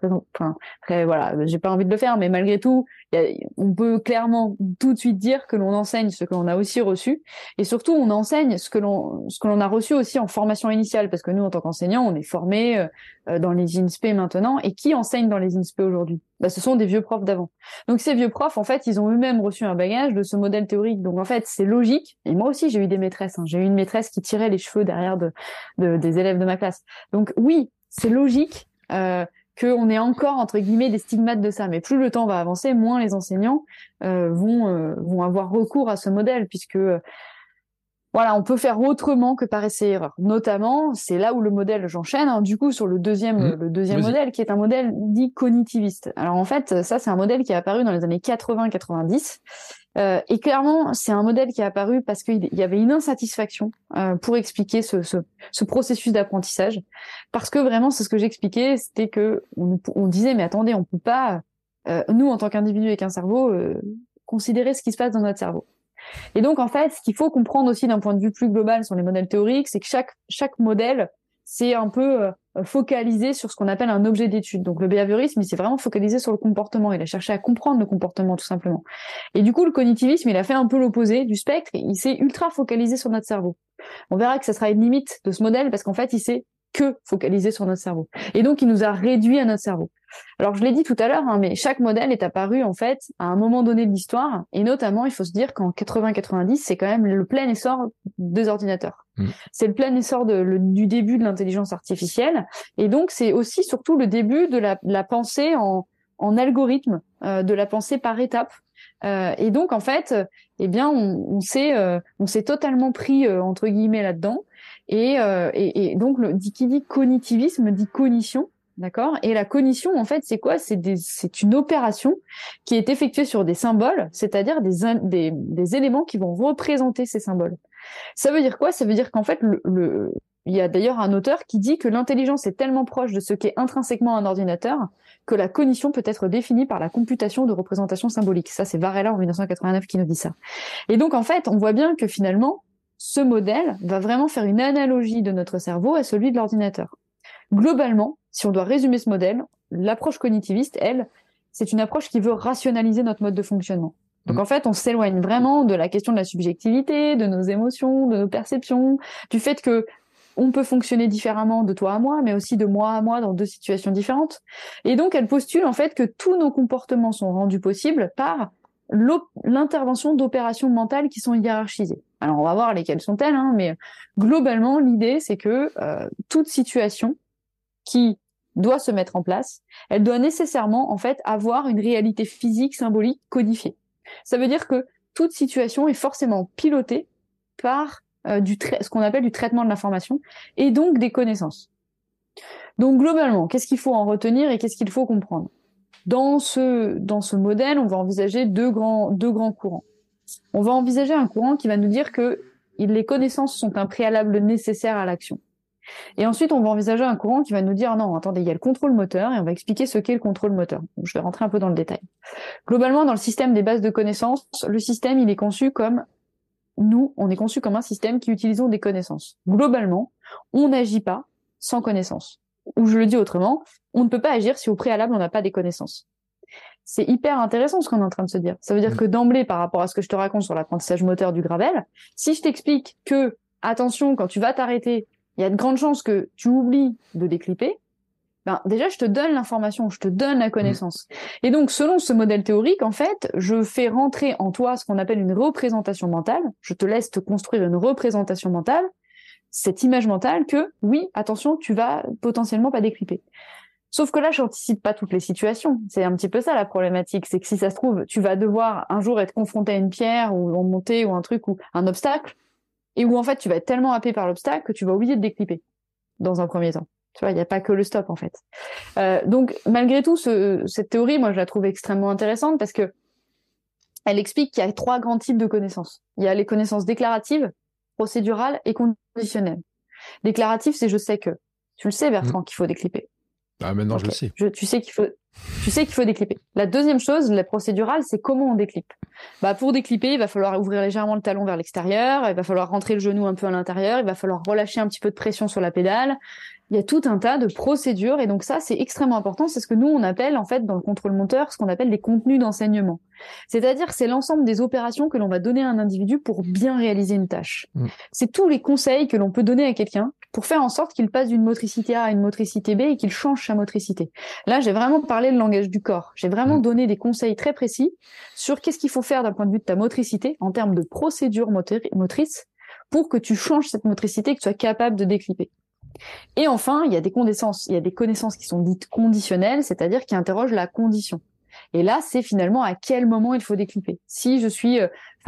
voilà, j'ai pas envie de le faire, mais malgré tout, on peut clairement tout de suite dire que l'on enseigne ce que l'on a aussi reçu et surtout on enseigne ce que l'on a reçu aussi en formation initiale, parce que nous en tant qu'enseignants, on est formés dans les INSPE maintenant, et qui enseigne dans les INSPE aujourd'hui ? Ce sont des vieux profs d'avant. Donc ces vieux profs, en fait, ils ont eux-mêmes reçu un bagage de ce modèle théorique. Donc en fait, c'est logique. Et moi aussi, j'ai eu des maîtresses. J'ai eu une maîtresse qui tirait les cheveux derrière des élèves de ma classe. Donc oui, c'est logique qu'on ait encore, entre guillemets, des stigmates de ça. Mais plus le temps va avancer, moins les enseignants vont avoir recours à ce modèle, puisque voilà, on peut faire autrement que par essai-erreur. Notamment, c'est là où le modèle, j'enchaîne, du coup, sur le deuxième modèle, qui est un modèle dit cognitiviste. Alors en fait, ça, c'est un modèle qui est apparu dans les années 80-90. Et clairement, c'est un modèle qui est apparu parce qu'il y avait une insatisfaction pour expliquer ce processus d'apprentissage. Parce que vraiment, c'est ce que j'expliquais, c'était que on disait, mais attendez, on peut pas, nous, en tant qu'individu avec un cerveau, considérer ce qui se passe dans notre cerveau. Et donc, en fait, ce qu'il faut comprendre aussi d'un point de vue plus global sur les modèles théoriques, c'est que chaque modèle, c'est un peu focalisé sur ce qu'on appelle un objet d'étude. Donc, le behaviorisme, il s'est vraiment focalisé sur le comportement. Il a cherché à comprendre le comportement, tout simplement. Et du coup, le cognitivisme, il a fait un peu l'opposé du spectre. Il s'est ultra focalisé sur notre cerveau. On verra que ça sera une limite de ce modèle parce qu'en fait, il s'est que focalisé sur notre cerveau. Et donc, il nous a réduit à notre cerveau. Alors, je l'ai dit tout à l'heure, mais chaque modèle est apparu, en fait, à un moment donné de l'histoire. Et notamment, il faut se dire qu'en 80-90, c'est quand même le plein essor des ordinateurs. C'est le plein essor du début de l'intelligence artificielle. Et donc, c'est aussi surtout le début de la pensée en algorithme, de la pensée par étapes. Et donc, en fait, on s'est totalement pris, entre guillemets, là-dedans. Et donc, qui dit cognitivisme dit cognition. D'accord. Et la cognition, en fait, c'est quoi ? C'est une opération qui est effectuée sur des symboles, c'est-à-dire des éléments qui vont représenter ces symboles. Ça veut dire quoi ? Ça veut dire qu'en fait, il y a d'ailleurs un auteur qui dit que l'intelligence est tellement proche de ce qu'est intrinsèquement un ordinateur que la cognition peut être définie par la computation de représentations symboliques. Ça, c'est Varela en 1989 qui nous dit ça. Et donc, en fait, on voit bien que finalement, ce modèle va vraiment faire une analogie de notre cerveau à celui de l'ordinateur. Globalement, si on doit résumer ce modèle, l'approche cognitiviste, elle, c'est une approche qui veut rationaliser notre mode de fonctionnement. Donc en fait, on s'éloigne vraiment de la question de la subjectivité, de nos émotions, de nos perceptions, du fait que on peut fonctionner différemment de toi à moi, mais aussi de moi à moi dans deux situations différentes. Et donc, elle postule en fait que tous nos comportements sont rendus possibles par l'intervention d'opérations mentales qui sont hiérarchisées. Alors, on va voir lesquelles sont-elles, mais globalement, l'idée, c'est que toute situation qui doit se mettre en place, elle doit nécessairement, en fait, avoir une réalité physique, symbolique, codifiée. Ça veut dire que toute situation est forcément pilotée par ce qu'on appelle du traitement de l'information et donc des connaissances. Donc, globalement, qu'est-ce qu'il faut en retenir et qu'est-ce qu'il faut comprendre ? Dans ce modèle, on va envisager deux grands courants. On va envisager un courant qui va nous dire que les connaissances sont un préalable nécessaire à l'action. Et ensuite, on va envisager un courant qui va nous dire non, attendez, il y a le contrôle moteur et on va expliquer ce qu'est le contrôle moteur. Donc, je vais rentrer un peu dans le détail. Globalement, dans le système des bases de connaissances, le système, il est conçu comme on est conçu comme un système qui utilisons des connaissances. Globalement, on n'agit pas sans connaissances. Ou je le dis autrement, on ne peut pas agir si au préalable on n'a pas des connaissances. C'est hyper intéressant ce qu'on est en train de se dire. Ça veut dire que d'emblée, par rapport à ce que je te raconte sur l'apprentissage moteur du Gravel, si je t'explique que, attention, quand tu vas t'arrêter, il y a de grandes chances que tu oublies de déclipper. Ben, déjà, je te donne l'information, je te donne la connaissance. Et donc, selon ce modèle théorique, en fait, je fais rentrer en toi ce qu'on appelle une représentation mentale. Je te laisse te construire une représentation mentale, cette image mentale que, oui, attention, tu vas potentiellement pas déclipper. Sauf que là, je n'anticipe pas toutes les situations. C'est un petit peu ça la problématique. C'est que si ça se trouve, tu vas devoir un jour être confronté à une pierre ou en montée ou un truc ou un obstacle, et où en fait, tu vas être tellement happé par l'obstacle que tu vas oublier de déclipper dans un premier temps. Tu vois, il n'y a pas que le stop, en fait. Donc, malgré tout, cette théorie, moi, je la trouve extrêmement intéressante parce que elle explique qu'il y a 3 grands types de connaissances. Il y a les connaissances déclaratives, procédurales et conditionnelles. Déclaratives, c'est je sais que. Tu le sais, Bertrand, qu'il faut déclipper. Ah, maintenant, Okay. je le sais. Tu sais qu'il faut déclipper. La deuxième chose, la procédurale, c'est comment on déclippe. Bah, pour déclipper, il va falloir ouvrir légèrement le talon vers l'extérieur, il va falloir rentrer le genou un peu à l'intérieur, il va falloir relâcher un petit peu de pression sur la pédale. Il y a tout un tas de procédures et donc ça, c'est extrêmement important. C'est ce que nous, on appelle en fait dans le contrôle moteur, ce qu'on appelle des contenus d'enseignement. C'est-à-dire que c'est l'ensemble des opérations que l'on va donner à un individu pour bien réaliser une tâche. C'est tous les conseils que l'on peut donner à quelqu'un pour faire en sorte qu'il passe d'une motricité A à une motricité B et qu'il change sa motricité. Là, j'ai vraiment parlé le langage du corps. J'ai vraiment donné des conseils très précis sur qu'est-ce qu'il faut faire d'un point de vue de ta motricité en termes de procédure motrice pour que tu changes cette motricité et que tu sois capable de déclipper. Et enfin, il y a des connaissances qui sont dites conditionnelles, c'est-à-dire qui interrogent la condition. Et là, c'est finalement à quel moment il faut déclipper. Si je suis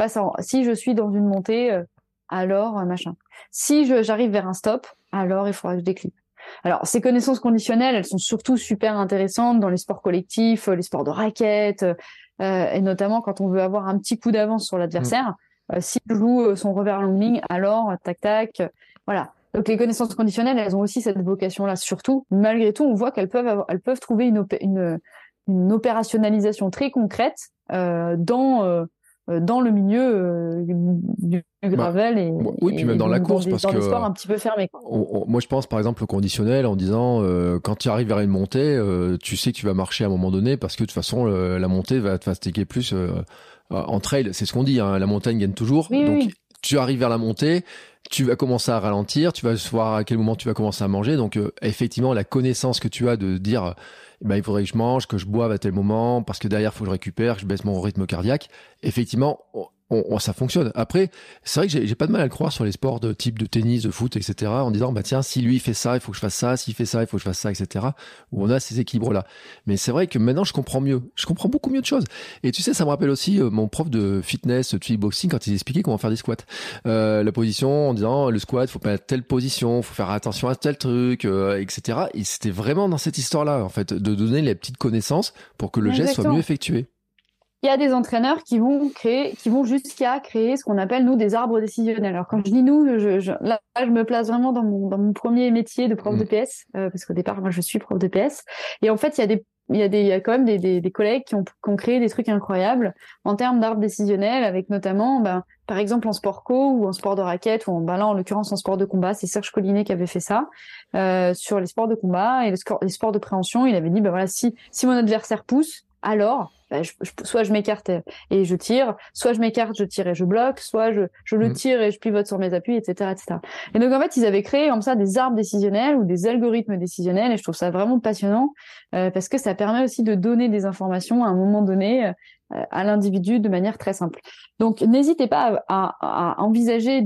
dans une montée, alors machin. Si j'arrive vers un stop, alors il faudra que je déclippe. Alors, ces connaissances conditionnelles, elles sont surtout super intéressantes dans les sports collectifs, les sports de raquettes, et notamment quand on veut avoir un petit coup d'avance sur l'adversaire. S'il joue son revers long ligne, alors tac tac, voilà. Donc les connaissances conditionnelles, elles ont aussi cette vocation-là. Surtout, malgré tout, on voit qu'elles peuvent trouver une opérationnalisation très concrète dans le milieu du gravel oui, puis même dans la course, parce dans que des sports un petit peu fermés. Moi, je pense par exemple au conditionnel en disant quand tu arrives vers une montée, tu sais que tu vas marcher à un moment donné parce que de toute façon la montée va te fatiguer plus en trail. C'est ce qu'on dit, hein, la montagne gagne toujours. Oui, donc oui. Tu arrives vers la montée, tu vas commencer à ralentir, tu vas voir à quel moment tu vas commencer à manger. Donc effectivement, la connaissance que tu as de dire il faudrait que je mange, que je boive à tel moment, parce que derrière, il faut que je récupère, que je baisse mon rythme cardiaque. Effectivement, ça fonctionne. Après, c'est vrai que j'ai pas de mal à le croire sur les sports de type de tennis, de foot, etc. En disant, tiens, si lui fait ça, il faut que je fasse ça. S'il fait ça, il faut que je fasse ça, etc. Où on a ces équilibres-là. Mais c'est vrai que maintenant, je comprends mieux. Je comprends beaucoup mieux de choses. Et tu sais, ça me rappelle aussi mon prof de fitness, de boxing, quand il expliquait comment faire des squats. La position, en disant, le squat, faut pas être telle position, faut faire attention à tel truc, etc. Et c'était vraiment dans cette histoire-là, en fait, de donner les petites connaisses pour que le geste soit mieux effectué. Il y a des entraîneurs qui vont jusqu'à créer ce qu'on appelle, nous, des arbres décisionnels. Alors, quand je dis nous, là, je me place vraiment dans mon premier métier de prof de PS, parce qu'au départ, moi, je suis prof de PS. Et en fait, il y a quand même des collègues qui ont créé des trucs incroyables en termes d'arbres décisionnels, avec notamment, par exemple, en sport co ou en sport de raquette, ou là, en l'occurrence, en sport de combat. C'est Serge Collinet qui avait fait ça, sur les sports de combat et les sports de préhension. Il avait dit, voilà, si mon adversaire pousse, alors, soit je m'écarte et je tire, soit je m'écarte, je tire et je bloque, soit je le tire et je pivote sur mes appuis, etc., etc. Et donc, en fait, ils avaient créé comme ça des arbres décisionnels ou des algorithmes décisionnels et je trouve ça vraiment passionnant parce que ça permet aussi de donner des informations à un moment donné à l'individu de manière très simple. Donc, n'hésitez pas à envisager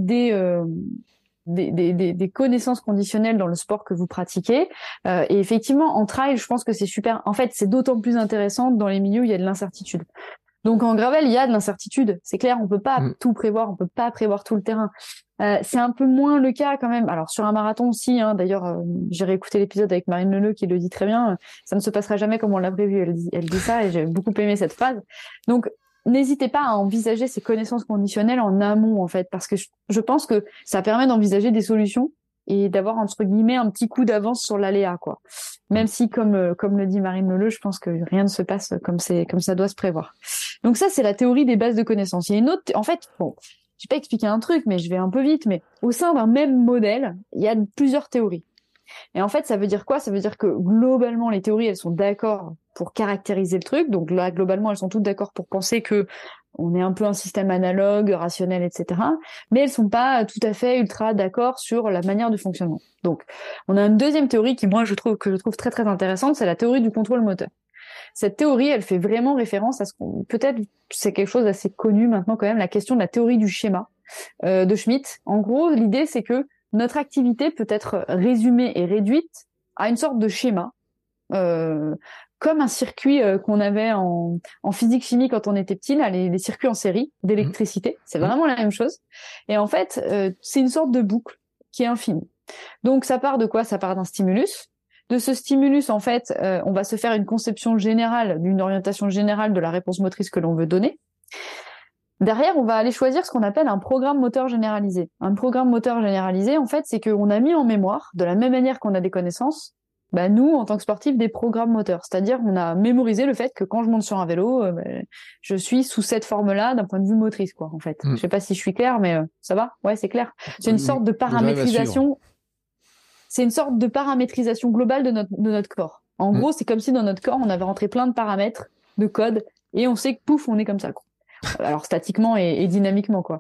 des connaissances conditionnelles dans le sport que vous pratiquez. Et effectivement, en trail, je pense que c'est super. En fait, c'est d'autant plus intéressant dans les milieux où il y a de l'incertitude. Donc, en gravel, il y a de l'incertitude. C'est clair, on peut pas tout prévoir, on peut pas prévoir tout le terrain. C'est un peu moins le cas quand même. Alors, sur un marathon aussi, d'ailleurs, j'ai réécouté l'épisode avec Marine Leleu qui le dit très bien. Ça ne se passera jamais comme on l'a prévu. Elle dit ça et j'ai beaucoup aimé cette phrase. Donc, n'hésitez pas à envisager ces connaissances conditionnelles en amont, en fait, parce que je pense que ça permet d'envisager des solutions et d'avoir, entre guillemets, un petit coup d'avance sur l'aléa, quoi. Même si, comme le dit Marine Leleu, je pense que rien ne se passe comme ça doit se prévoir. Donc ça, c'est la théorie des bases de connaissances. Il y a une autre, en fait, je vais pas expliquer un truc, mais je vais un peu vite, mais au sein d'un même modèle, il y a plusieurs théories. Et en fait, ça veut dire quoi? Ça veut dire que globalement, les théories, elles sont d'accord pour caractériser le truc. Donc là, globalement, elles sont toutes d'accord pour penser que on est un peu un système analogue, rationnel, etc. Mais elles sont pas tout à fait ultra d'accord sur la manière de fonctionnement. Donc, on a une deuxième théorie qui, moi, je trouve très, très intéressante, c'est la théorie du contrôle moteur. Cette théorie, elle fait vraiment référence à ce qu'on, peut-être, c'est quelque chose d'assez connu maintenant quand même, la question de la théorie du schéma de Schmitt. En gros, l'idée, c'est que notre activité peut être résumée et réduite à une sorte de schéma, comme un circuit qu'on avait en physique-chimie quand on était petit, là, les circuits en série d'électricité. C'est vraiment la même chose. Et en fait, c'est une sorte de boucle qui est infinie. Donc, ça part de quoi? Ça part d'un stimulus. De ce stimulus, en fait, on va se faire une conception générale, d'une orientation générale de la réponse motrice que l'on veut donner. Derrière, on va aller choisir ce qu'on appelle un programme moteur généralisé. Un programme moteur généralisé, en fait, c'est qu'on a mis en mémoire, de la même manière qu'on a des connaissances, nous, en tant que sportifs, des programmes moteurs. C'est-à-dire, on a mémorisé le fait que quand je monte sur un vélo, je suis sous cette forme-là d'un point de vue motrice, quoi, en fait. Je sais pas si je suis claire, mais ça va? Ouais, c'est clair. C'est une sorte de paramétrisation. C'est une sorte de paramétrisation globale de notre corps. En gros, c'est comme si dans notre corps, on avait rentré plein de paramètres, de codes, et on sait que pouf, on est comme ça, quoi. Alors statiquement et dynamiquement, quoi.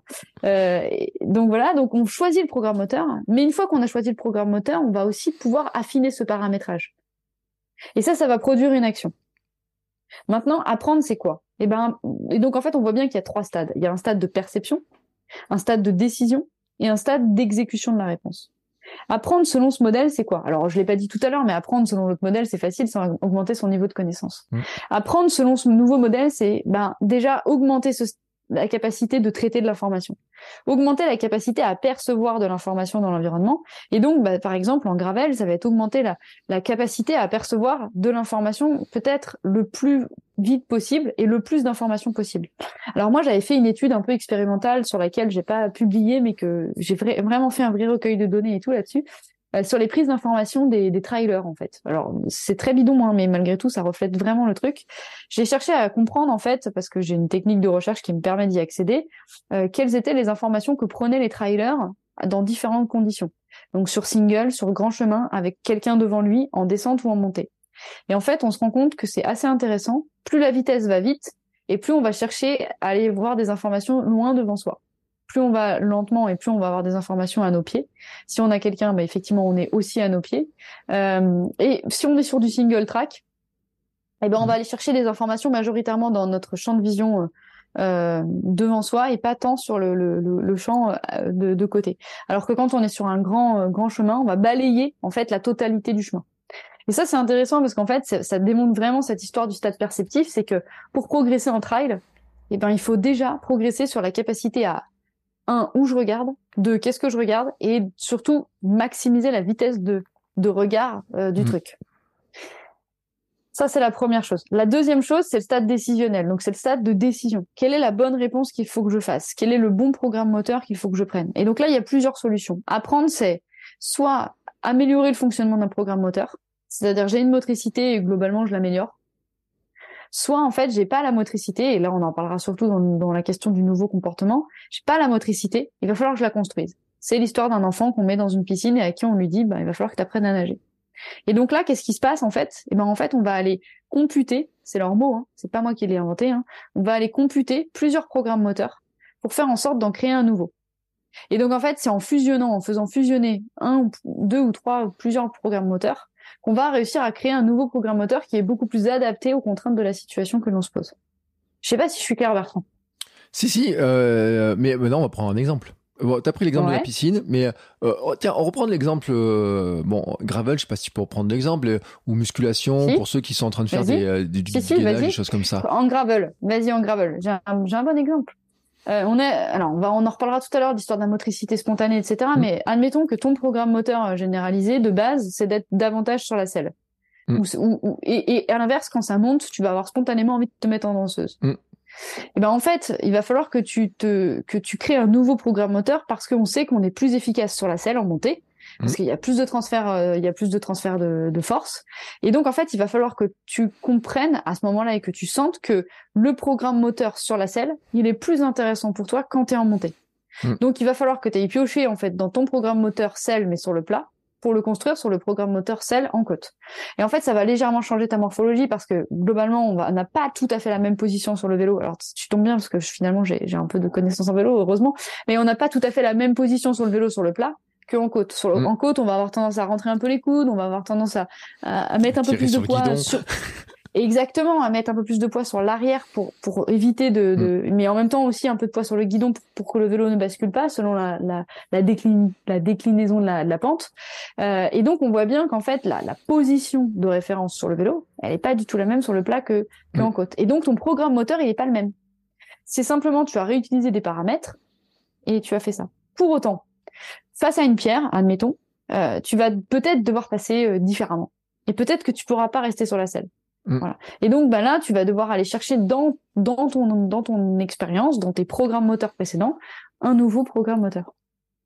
Donc voilà, donc on choisit le programme moteur, mais une fois qu'on a choisi le programme moteur, on va aussi pouvoir affiner ce paramétrage. Et ça va produire une action. Maintenant, apprendre, c'est quoi? Et donc en fait, on voit bien qu'il y a 3 stades. Il y a un stade de perception, un stade de décision et un stade d'exécution de la réponse. Apprendre selon ce modèle, c'est quoi? Alors, je l'ai pas dit tout à l'heure, mais apprendre selon notre modèle, c'est facile, c'est augmenter son niveau de connaissance. Apprendre selon ce nouveau modèle, c'est déjà augmenter la capacité de traiter de l'information, augmenter la capacité à percevoir de l'information dans l'environnement. Et donc, par exemple, en Gravel, ça va être augmenter la capacité à percevoir de l'information peut-être le plus vite possible et le plus d'informations possible. Alors moi, j'avais fait une étude un peu expérimentale sur laquelle j'ai pas publié, mais que j'ai vraiment fait un vrai recueil de données et tout là-dessus, sur les prises d'informations des trailers, en fait. Alors, c'est très bidon, hein, mais malgré tout, ça reflète vraiment le truc. J'ai cherché à comprendre, en fait, parce que j'ai une technique de recherche qui me permet d'y accéder, quelles étaient les informations que prenaient les trailers dans différentes conditions. Donc, sur single, sur grand chemin, avec quelqu'un devant lui, en descente ou en montée. Et en fait, on se rend compte que c'est assez intéressant. Plus la vitesse va vite, et plus on va chercher à aller voir des informations loin devant soi. Plus on va lentement et plus on va avoir des informations à nos pieds. Si on a quelqu'un, effectivement, on est aussi à nos pieds. Et si on est sur du single track, on va aller chercher des informations majoritairement dans notre champ de vision devant soi et pas tant sur le champ de côté. Alors que quand on est sur un grand chemin, on va balayer en fait la totalité du chemin. Et ça, c'est intéressant parce qu'en fait, ça démontre vraiment cette histoire du stade perceptif, c'est que pour progresser en trail, il faut déjà progresser sur la capacité à 1, où je regarde, 2, qu'est-ce que je regarde, et surtout maximiser la vitesse de regard du truc. Ça, c'est la première chose. La deuxième chose, c'est le stade décisionnel. Donc, c'est le stade de décision. Quelle est la bonne réponse qu'il faut que je fasse? Quel est le bon programme moteur qu'il faut que je prenne? Et donc là, il y a plusieurs solutions. Apprendre, c'est soit améliorer le fonctionnement d'un programme moteur, c'est-à-dire j'ai une motricité et globalement, je l'améliore. Soit, en fait, j'ai pas la motricité, et là, on en parlera surtout dans la question du nouveau comportement, j'ai pas la motricité, il va falloir que je la construise. C'est l'histoire d'un enfant qu'on met dans une piscine et à qui on lui dit, il va falloir que tu apprennes à nager. Et donc là, qu'est-ce qui se passe, en fait? En fait, on va aller computer, c'est leur mot, hein, c'est pas moi qui l'ai inventé, hein, on va aller computer plusieurs programmes moteurs pour faire en sorte d'en créer un nouveau. Et donc, en fait, c'est en faisant fusionner 1, 2 ou 3 ou plusieurs programmes moteurs, qu'on va réussir à créer un nouveau programme moteur qui est beaucoup plus adapté aux contraintes de la situation que l'on se pose. Je sais pas si je suis claire, Bertrand. Si, mais maintenant, on va prendre un exemple. Bon, t'as pris l'exemple de la piscine, mais tiens, on reprend l'exemple, gravel, je sais pas si tu peux reprendre l'exemple, ou musculation, pour ceux qui sont en train de faire du gainage, des choses comme ça. En gravel, vas-y en gravel, j'ai un bon exemple. On en reparlera tout à l'heure d'histoire de la motricité spontanée, etc. Mais admettons que ton programme moteur généralisé de base, c'est d'être davantage sur la selle. Et à l'inverse, quand ça monte, tu vas avoir spontanément envie de te mettre en danseuse. Et en fait, il va falloir que tu crées un nouveau programme moteur parce qu'on sait qu'on est plus efficace sur la selle en montée. Parce qu'il y a plus de transfert, de force. Et donc, en fait, il va falloir que tu comprennes à ce moment-là et que tu sentes que le programme moteur sur la selle, il est plus intéressant pour toi quand tu es en montée. Donc, il va falloir que tu ailles piocher, en fait, dans ton programme moteur selle, mais sur le plat, pour le construire sur le programme moteur selle en côte. Et en fait, ça va légèrement changer ta morphologie parce que globalement, on n'a pas tout à fait la même position sur le vélo. Alors, tu tombes bien parce que finalement, j'ai un peu de connaissances en vélo, heureusement, mais on n'a pas tout à fait la même position sur le vélo sur le plat que en côte. En côte, on va avoir tendance à rentrer un peu les coudes, on va avoir tendance à mettre un peu plus de poids sur... Exactement, à mettre un peu plus de poids sur l'arrière pour éviter mais en même temps aussi un peu de poids sur le guidon pour que le vélo ne bascule pas selon la déclinaison de la pente. Et donc on voit bien qu'en fait la position de référence sur le vélo, elle est pas du tout la même sur le plat qu'en côte. Et donc ton programme moteur, il est pas le même. C'est simplement tu as réutilisé des paramètres et tu as fait ça. Pour autant, face à une pierre, admettons, tu vas peut-être devoir passer différemment. Et peut-être que tu pourras pas rester sur la selle. Voilà. Et donc là, tu vas devoir aller chercher dans ton expérience, dans tes programmes moteurs précédents, un nouveau programme moteur.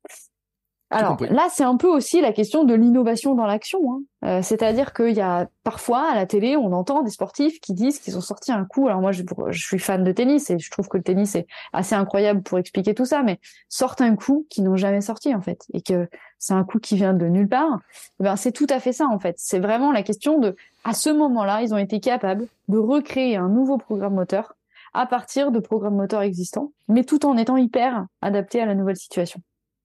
Alors là, c'est un peu aussi la question de l'innovation dans l'action. C'est-à-dire qu'il y a parfois à la télé, on entend des sportifs qui disent qu'ils ont sorti un coup. Alors moi, je suis fan de tennis et je trouve que le tennis est assez incroyable pour expliquer tout ça, mais sortent un coup qu'ils n'ont jamais sorti en fait, et que c'est un coup qui vient de nulle part. Ben c'est tout à fait ça en fait. C'est vraiment la question de, à ce moment-là, ils ont été capables de recréer un nouveau programme moteur à partir de programmes moteurs existants, mais tout en étant hyper adapté à la nouvelle situation.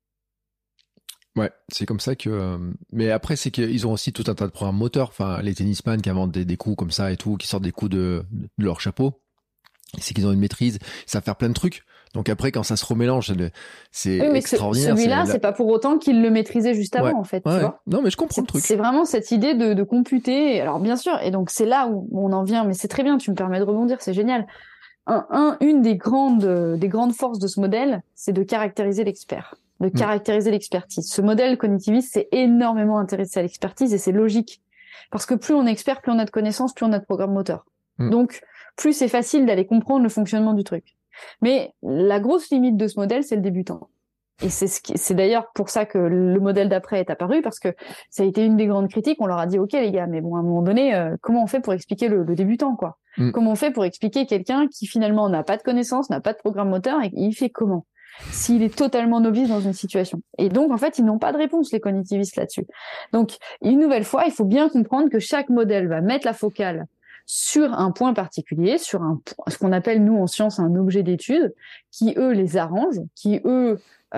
Ouais, c'est comme ça que... Mais après, c'est qu'ils ont aussi tout un tas de programmes moteurs. Enfin, les tennisman qui inventent des coups comme ça et tout, qui sortent des coups de leur chapeau. C'est qu'ils ont une maîtrise, ils savent faire plein de trucs. Donc après, quand ça se remélange, c'est extraordinaire. Celui-là, c'est pas pour autant qu'il le maîtrisait juste avant, en fait. Tu vois, non, mais je comprends le truc. C'est vraiment cette idée de computer. Alors bien sûr, et donc c'est là où on en vient, mais c'est très bien, tu me permets de rebondir, c'est génial. Une des grandes forces de ce modèle, c'est de caractériser l'expert. De caractériser l'expertise. Ce modèle cognitiviste s'est énormément intéressé à l'expertise et c'est logique. Parce que plus on est expert, plus on a de connaissances, plus on a de programme moteur. Donc, plus c'est facile d'aller comprendre le fonctionnement du truc. Mais la grosse limite de ce modèle, c'est le débutant. Et c'est d'ailleurs pour ça que le modèle d'après est apparu, parce que ça a été une des grandes critiques. On leur a dit, OK, les gars, mais bon, à un moment donné, comment on fait pour expliquer le débutant, quoi? Comment on fait pour expliquer quelqu'un qui finalement n'a pas de connaissances, n'a pas de programme moteur, et il fait comment? S'il est totalement novice dans une situation. Et donc, en fait, ils n'ont pas de réponse, les cognitivistes, là-dessus. Donc, une nouvelle fois, il faut bien comprendre que chaque modèle va mettre la focale sur un point particulier, sur ce qu'on appelle, nous, en science, un objet d'étude, qui, eux, les arrange, qui, eux,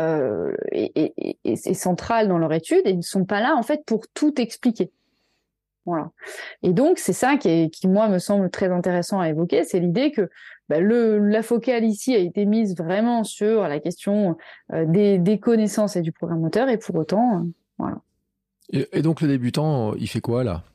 est central dans leur étude, et ils ne sont pas là, en fait, pour tout expliquer. Voilà. Et donc, c'est ça qui, moi, me semble très intéressant à évoquer, c'est l'idée que la focale ici a été mise vraiment sur la question des connaissances et du programme moteur, et pour autant, voilà. Et donc, le débutant, il fait quoi, là?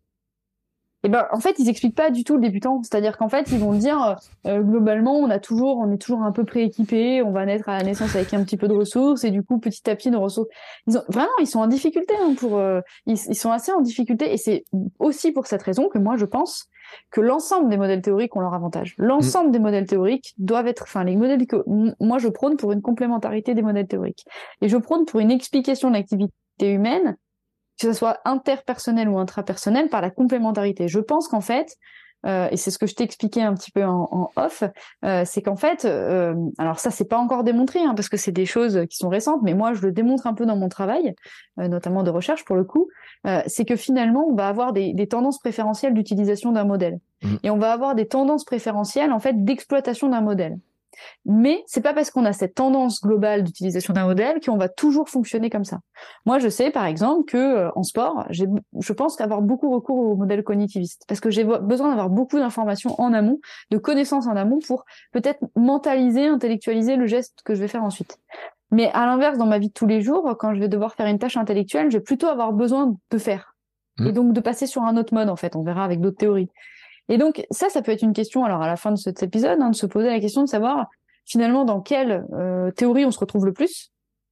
En fait, ils expliquent pas du tout le débutant. C'est-à-dire qu'en fait, ils vont dire, globalement, on est toujours un peu prééquipé, on va naître à la naissance avec un petit peu de ressources, et du coup, petit à petit, nos ressources, ils sont en difficulté, ils sont assez en difficulté, et c'est aussi pour cette raison que moi, je pense que l'ensemble des modèles théoriques ont leur avantage. L'ensemble des modèles théoriques doivent être, les modèles que, moi, je prône pour une complémentarité des modèles théoriques. Et je prône pour une explication de l'activité humaine, que ce soit interpersonnel ou intrapersonnel, par la complémentarité. Je pense qu'en fait, et c'est ce que je t'ai expliqué un petit peu en off, c'est qu'en fait, alors ça, c'est pas encore démontré, parce que c'est des choses qui sont récentes, mais moi, je le démontre un peu dans mon travail, notamment de recherche pour le coup, c'est que finalement, on va avoir des tendances préférentielles d'utilisation d'un modèle. Et on va avoir des tendances préférentielles, en fait, d'exploitation d'un modèle. Mais c'est pas parce qu'on a cette tendance globale d'utilisation d'un modèle qu'on va toujours fonctionner comme ça. Moi, je sais par exemple que en sport, je pense qu'avoir beaucoup recours au modèle cognitiviste, parce que j'ai besoin d'avoir beaucoup d'informations en amont, de connaissances en amont pour peut-être mentaliser, intellectualiser le geste que je vais faire ensuite. Mais à l'inverse, dans ma vie de tous les jours, quand je vais devoir faire une tâche intellectuelle, je vais plutôt avoir besoin de faire et donc de passer sur un autre mode. En fait, on verra avec d'autres théories. Et donc, ça peut être une question, alors à la fin de cet épisode, de se poser la question de savoir finalement dans quelle théorie on se retrouve le plus.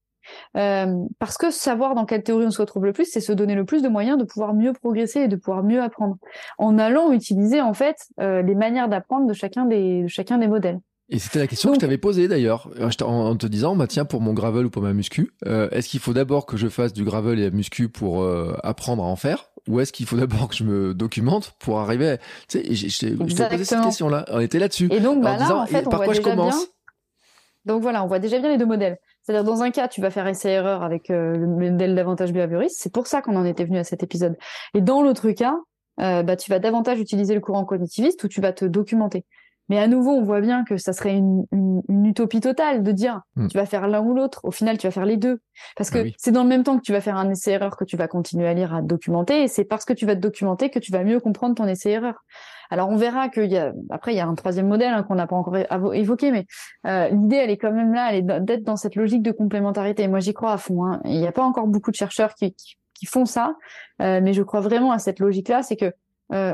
Parce que savoir dans quelle théorie on se retrouve le plus, c'est se donner le plus de moyens de pouvoir mieux progresser et de pouvoir mieux apprendre, en allant utiliser en fait les manières d'apprendre de chacun des modèles. Et c'était la question que je t'avais posée d'ailleurs, en te disant, tiens, pour mon gravel ou pour ma muscu, est-ce qu'il faut d'abord que je fasse du gravel et la muscu pour apprendre à en faire, ou est-ce qu'il faut d'abord que je me documente pour arriver à... Tu sais, je t'ai posé cette question-là, on était là-dessus. Et donc, en disant, en fait, on par voit quoi je déjà commence bien... Donc voilà, on voit déjà bien les deux modèles. C'est-à-dire, dans un cas, tu vas faire essai-erreur avec le modèle d'avantage behavioriste. C'est pour ça qu'on en était venu à cet épisode. Et dans l'autre cas, tu vas davantage utiliser le courant cognitiviste où tu vas te documenter. Mais à nouveau, on voit bien que ça serait une utopie totale de dire tu vas faire l'un ou l'autre. Au final, tu vas faire les deux. Parce que c'est dans le même temps que tu vas faire un essai-erreur que tu vas continuer à lire, à te documenter. Et c'est parce que tu vas te documenter que tu vas mieux comprendre ton essai-erreur. Alors, on verra qu'il y a, après, il y a un troisième modèle qu'on n'a pas encore évoqué, mais l'idée, elle est quand même là, elle est d'être dans cette logique de complémentarité. Moi, j'y crois à fond. Hein. Il n'y a pas encore beaucoup de chercheurs qui font ça, mais je crois vraiment à cette logique-là. C'est que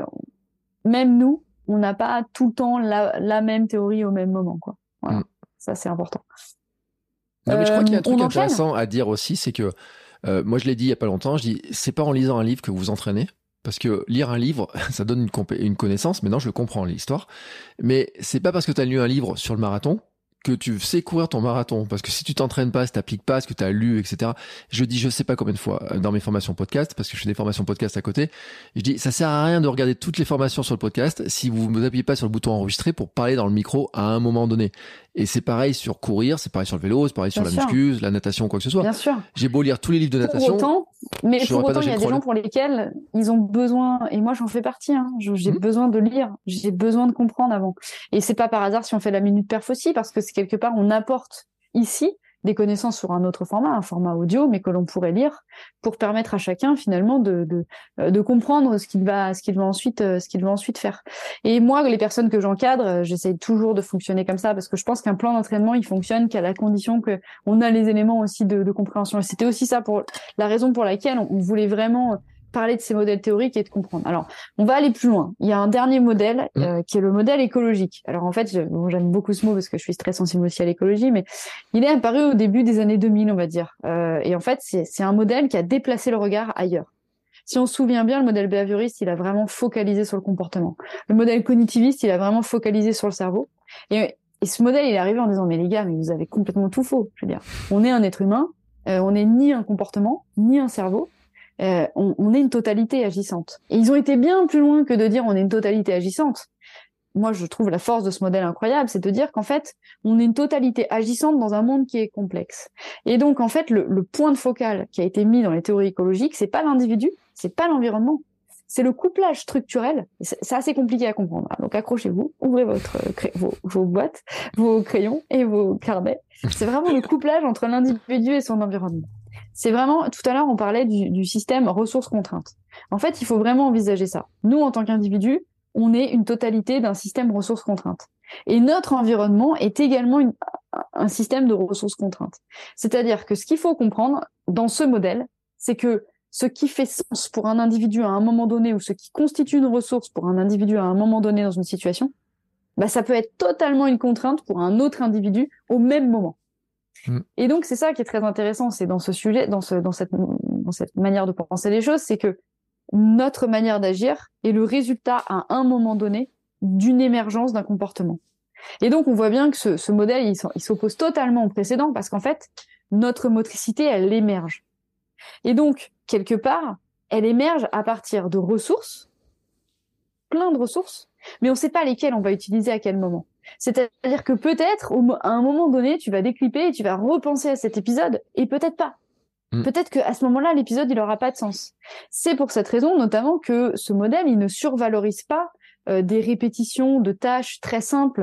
même nous, on n'a pas tout le temps la même théorie au même moment, quoi. Voilà. Ça, c'est important. Non, mais je crois qu'il y a un truc intéressant à dire aussi, c'est que moi, je l'ai dit il y a pas longtemps, je dis, c'est pas en lisant un livre que vous vous entraînez. Parce que lire un livre, ça donne une connaissance. Maintenant, je comprends l'histoire. Mais c'est pas parce que tu as lu un livre sur le marathon que tu sais courir ton marathon. Parce que si tu t'entraînes pas, si t'appliques pas ce que tu as lu, etc. Je dis, je sais pas combien de fois dans mes formations podcast, parce que je fais des formations podcast à côté. Je dis, ça sert à rien de regarder toutes les formations sur le podcast si vous ne appuyez pas sur le bouton enregistrer pour parler dans le micro à un moment donné. Et c'est pareil sur courir, c'est pareil sur le vélo, c'est pareil sur la muscu, la natation, quoi que ce soit. Bien sûr. J'ai beau lire tous les livres de natation. Pour autant, il y a des gens pour lesquels ils ont besoin, et moi j'en fais partie, hein, j'ai besoin de lire, j'ai besoin de comprendre avant. Et c'est pas par hasard si on fait la minute perf aussi, parce que c'est quelque part, on apporte ici des connaissances sur un autre format, un format audio, mais que l'on pourrait lire pour permettre à chacun finalement de comprendre ce qu'il va ensuite faire. Et moi, les personnes que j'encadre, j'essaie toujours de fonctionner comme ça parce que je pense qu'un plan d'entraînement, il fonctionne qu'à la condition que on a les éléments aussi de compréhension. Et c'était aussi ça pour la raison pour laquelle on voulait vraiment parler de ces modèles théoriques et de comprendre. Alors, on va aller plus loin. Il y a un dernier modèle qui est le modèle écologique. Alors en fait, j'aime beaucoup ce mot parce que je suis très sensible aussi à l'écologie, mais il est apparu au début des années 2000, on va dire. Et en fait, c'est un modèle qui a déplacé le regard ailleurs. Si on se souvient bien, le modèle behavioriste, il a vraiment focalisé sur le comportement. Le modèle cognitiviste, il a vraiment focalisé sur le cerveau. Et ce modèle, il est arrivé en disant, mais les gars, mais vous avez complètement tout faux. Je veux dire, on est un être humain, on n'est ni un comportement, ni un cerveau. On est une totalité agissante. Et ils ont été bien plus loin que de dire on est une totalité agissante. Moi, je trouve la force de ce modèle incroyable, c'est de dire qu'en fait, on est une totalité agissante dans un monde qui est complexe. Et donc, en fait, le point de focal qui a été mis dans les théories écologiques, c'est pas l'individu, c'est pas l'environnement, c'est le couplage structurel. C'est assez compliqué à comprendre. Donc, accrochez-vous, ouvrez vos boîtes, vos crayons et vos carnets. C'est vraiment le couplage entre l'individu et son environnement. C'est vraiment, tout à l'heure, on parlait du système ressources-contraintes. En fait, il faut vraiment envisager ça. Nous, en tant qu'individus, on est une totalité d'un système ressources-contraintes. Et notre environnement est également un système de ressources-contraintes. C'est-à-dire que ce qu'il faut comprendre dans ce modèle, c'est que ce qui fait sens pour un individu à un moment donné ou ce qui constitue une ressource pour un individu à un moment donné dans une situation, ça peut être totalement une contrainte pour un autre individu au même moment. Et donc, c'est ça qui est très intéressant, c'est dans ce sujet, dans cette manière de penser les choses, c'est que notre manière d'agir est le résultat à un moment donné d'une émergence d'un comportement. Et donc, on voit bien que ce modèle, il s'oppose totalement au précédent parce qu'en fait, notre motricité, elle émerge. Et donc, quelque part, elle émerge à partir de ressources, plein de ressources, mais on ne sait pas lesquelles on va utiliser à quel moment. C'est-à-dire que peut-être, à un moment donné, tu vas déclipper et tu vas repenser à cet épisode, et peut-être pas. Peut-être qu'à ce moment-là, l'épisode, il n'aura pas de sens. C'est pour cette raison, notamment, que ce modèle, il ne survalorise pas des répétitions de tâches très simples.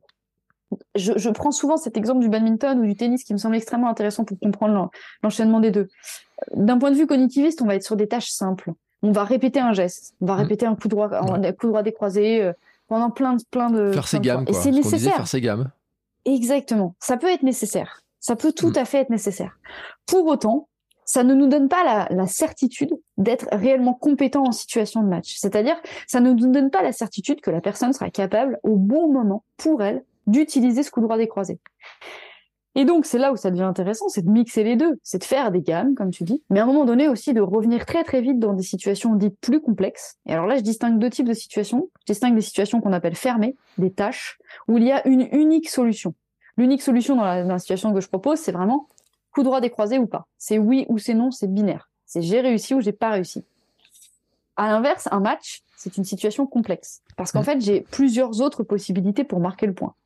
Je prends souvent cet exemple du badminton ou du tennis qui me semble extrêmement intéressant pour comprendre l'enchaînement des deux. D'un point de vue cognitiviste, on va être sur des tâches simples. On va répéter un geste, on va répéter un coup droit décroisé, pendant plein de faire ses gammes, quoi. Et c'est nécessaire. Faire ses gammes. Exactement. Ça peut être nécessaire. Ça peut tout à fait être nécessaire. Pour autant, ça ne nous donne pas la certitude d'être réellement compétent en situation de match. C'est-à-dire, ça ne nous donne pas la certitude que la personne sera capable, au bon moment, pour elle, d'utiliser ce coup droit décroisé. Et donc, c'est là où ça devient intéressant, c'est de mixer les deux, c'est de faire des gammes, comme tu dis, mais à un moment donné aussi de revenir très très vite dans des situations dites plus complexes. Et alors là, je distingue deux types de situations. Je distingue des situations qu'on appelle fermées, des tâches, où il y a une unique solution. L'unique solution dans la situation que je propose, c'est vraiment coup droit décroisé ou pas. C'est oui ou c'est non, c'est binaire. C'est j'ai réussi ou j'ai pas réussi. À l'inverse, un match, c'est une situation complexe. Parce qu'en fait, j'ai plusieurs autres possibilités pour marquer le point.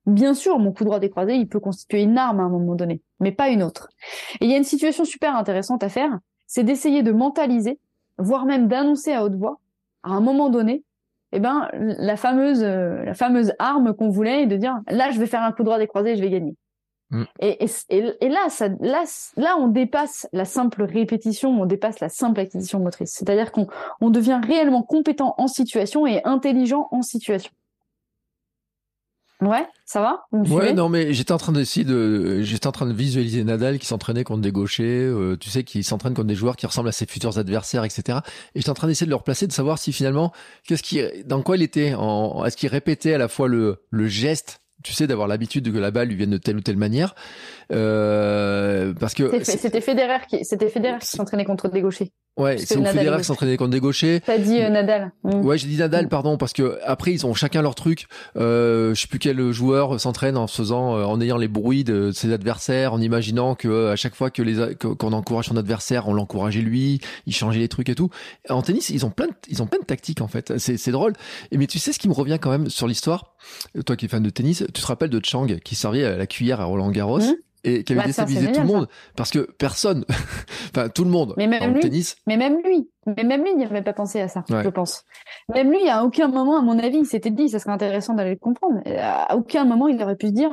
Bien sûr, mon coup droit décroisé, il peut constituer une arme à un moment donné, mais pas une autre. Et il y a une situation super intéressante à faire, c'est d'essayer de mentaliser, voire même d'annoncer à haute voix, à un moment donné, la fameuse arme qu'on voulait, et de dire, là, je vais faire un coup droit décroisé et je vais gagner. Et là, on dépasse la simple répétition, on dépasse la simple acquisition motrice. C'est-à-dire qu'on devient réellement compétent en situation et intelligent en situation. Ouais, ça va? Vous me Ouais, suivez? non, mais j'étais en train de visualiser Nadal qui s'entraînait contre des gauchers, tu sais, qui s'entraîne contre des joueurs qui ressemblent à ses futurs adversaires, etc. Et j'étais en train d'essayer de le replacer, de savoir si finalement, dans quoi il était, est-ce qu'il répétait à la fois le geste, tu sais, d'avoir l'habitude que la balle lui vienne de telle ou telle manière, parce que c'était Federer qui s'entraînait contre des gauchers. Ouais, c'est au Federer qui s'entraînait contre des gauchers. T'as dit Nadal. Ouais, j'ai dit Nadal, pardon, parce que après ils ont chacun leur truc. Je sais plus quel joueur s'entraîne en ayant les bruits de ses adversaires, en imaginant que à chaque fois qu'on encourage son adversaire, on l'encourageait lui, il changeait les trucs et tout. En tennis, ils ont plein de tactiques en fait. C'est drôle. Mais tu sais ce qui me revient quand même sur l'histoire, toi qui es fan de tennis, tu te rappelles de Chang qui servait à la cuillère à Roland Garros? Et qui avait déstabilisé tout le monde, parce que personne, enfin tout le monde, en tennis. Mais même lui, il n'y avait pas pensé à ça, je pense. Même lui, à aucun moment, à mon avis, il s'était dit, ça serait intéressant d'aller le comprendre. À aucun moment, il aurait pu se dire,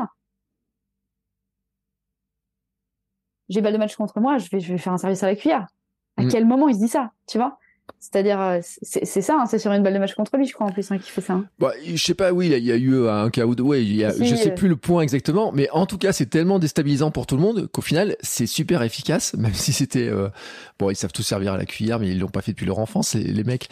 j'ai balle de match contre moi, je vais faire un service à la cuillère. À quel moment il se dit ça, tu vois? C'est-à-dire, c'est ça, hein, c'est sur une balle de match contre lui, je crois, en plus, qui fait ça. Hein. Bah, je sais pas, oui, il y a eu un cas où, je sais plus le point exactement, mais en tout cas, c'est tellement déstabilisant pour tout le monde qu'au final, c'est super efficace, même si c'était, ils savent tous servir à la cuillère, mais ils l'ont pas fait depuis leur enfance, les mecs.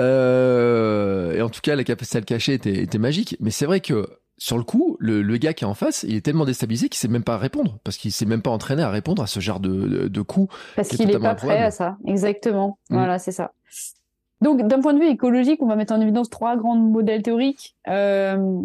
Et en tout cas, la capacité à le cacher était magique. Mais c'est vrai que, sur le coup, le gars qui est en face, il est tellement déstabilisé qu'il sait même pas répondre, parce qu'il s'est même pas entraîné à répondre à ce genre de coup. Parce qu'il est pas prêt à ça. Exactement. Voilà, c'est ça. Donc, d'un point de vue écologique, on va mettre en évidence 3 grands modèles théoriques que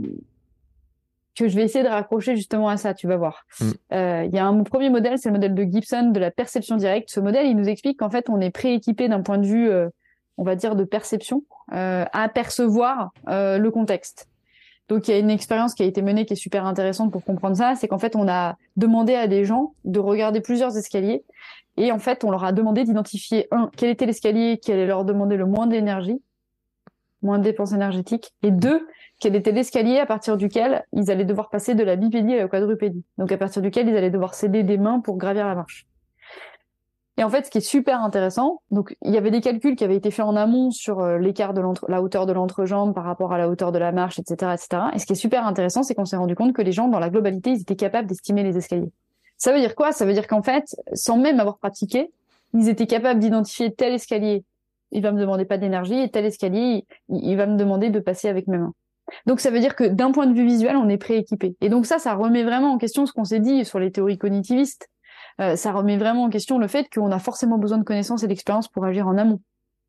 je vais essayer de raccrocher justement à ça, tu vas voir. Il y a un premier modèle, c'est le modèle de Gibson de la perception directe. Ce modèle, il nous explique qu'en fait, on est prééquipé d'un point de vue, on va dire, de perception, à percevoir le contexte. Donc, il y a une expérience qui a été menée qui est super intéressante pour comprendre ça, c'est qu'en fait, on a demandé à des gens de regarder plusieurs escaliers et en fait, on leur a demandé d'identifier, quel était l'escalier qui allait leur demander le moins d'énergie, moins de dépenses énergétiques, et 2, quel était l'escalier à partir duquel ils allaient devoir passer de la bipédie à la quadrupédie. Donc, à partir duquel ils allaient devoir céder des mains pour gravir la marche. Et en fait, ce qui est super intéressant, donc il y avait des calculs qui avaient été faits en amont sur l'écart de la hauteur de l'entrejambe par rapport à la hauteur de la marche, etc., etc. Et ce qui est super intéressant, c'est qu'on s'est rendu compte que les gens, dans la globalité, ils étaient capables d'estimer les escaliers. Ça veut dire quoi? Ça veut dire qu'en fait, sans même avoir pratiqué, ils étaient capables d'identifier tel escalier, il va me demander pas d'énergie, et tel escalier, il va me demander de passer avec mes mains. Donc ça veut dire que d'un point de vue visuel, on est prééquipé. Et donc ça remet vraiment en question ce qu'on s'est dit sur les théories cognitivistes. Ça remet vraiment en question le fait qu'on a forcément besoin de connaissances et d'expérience pour agir en amont.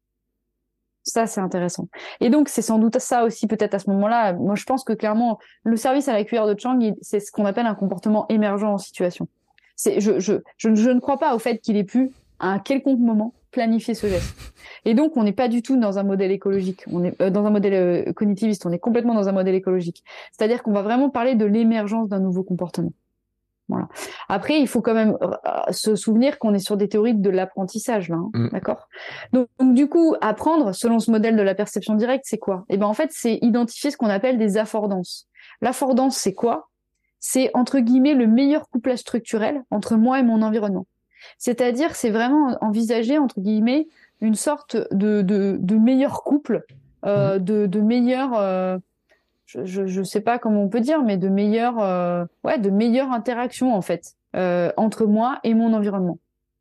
Ça, c'est intéressant. Et donc, c'est sans doute ça aussi, peut-être à ce moment-là. Moi, je pense que clairement, le service à la cuillère de Chang, c'est ce qu'on appelle un comportement émergent en situation. Je ne crois pas au fait qu'il ait pu, à un quelconque moment, planifier ce geste. Et donc, on n'est pas du tout dans un modèle écologique. On est dans un modèle cognitiviste. On est complètement dans un modèle écologique. C'est-à-dire qu'on va vraiment parler de l'émergence d'un nouveau comportement. Voilà. Après, il faut quand même se souvenir qu'on est sur des théories de l'apprentissage, là, hein, d'accord ? Donc, du coup, apprendre, selon ce modèle de la perception directe, c'est quoi ? Eh ben, en fait, c'est identifier ce qu'on appelle des affordances. L'affordance, c'est quoi ? C'est, entre guillemets, le meilleur couplage structurel entre moi et mon environnement. C'est-à-dire, c'est vraiment envisager, entre guillemets, une sorte de meilleur couple, de meilleur... je sais pas comment on peut dire, mais de meilleure interaction en fait entre moi et mon environnement.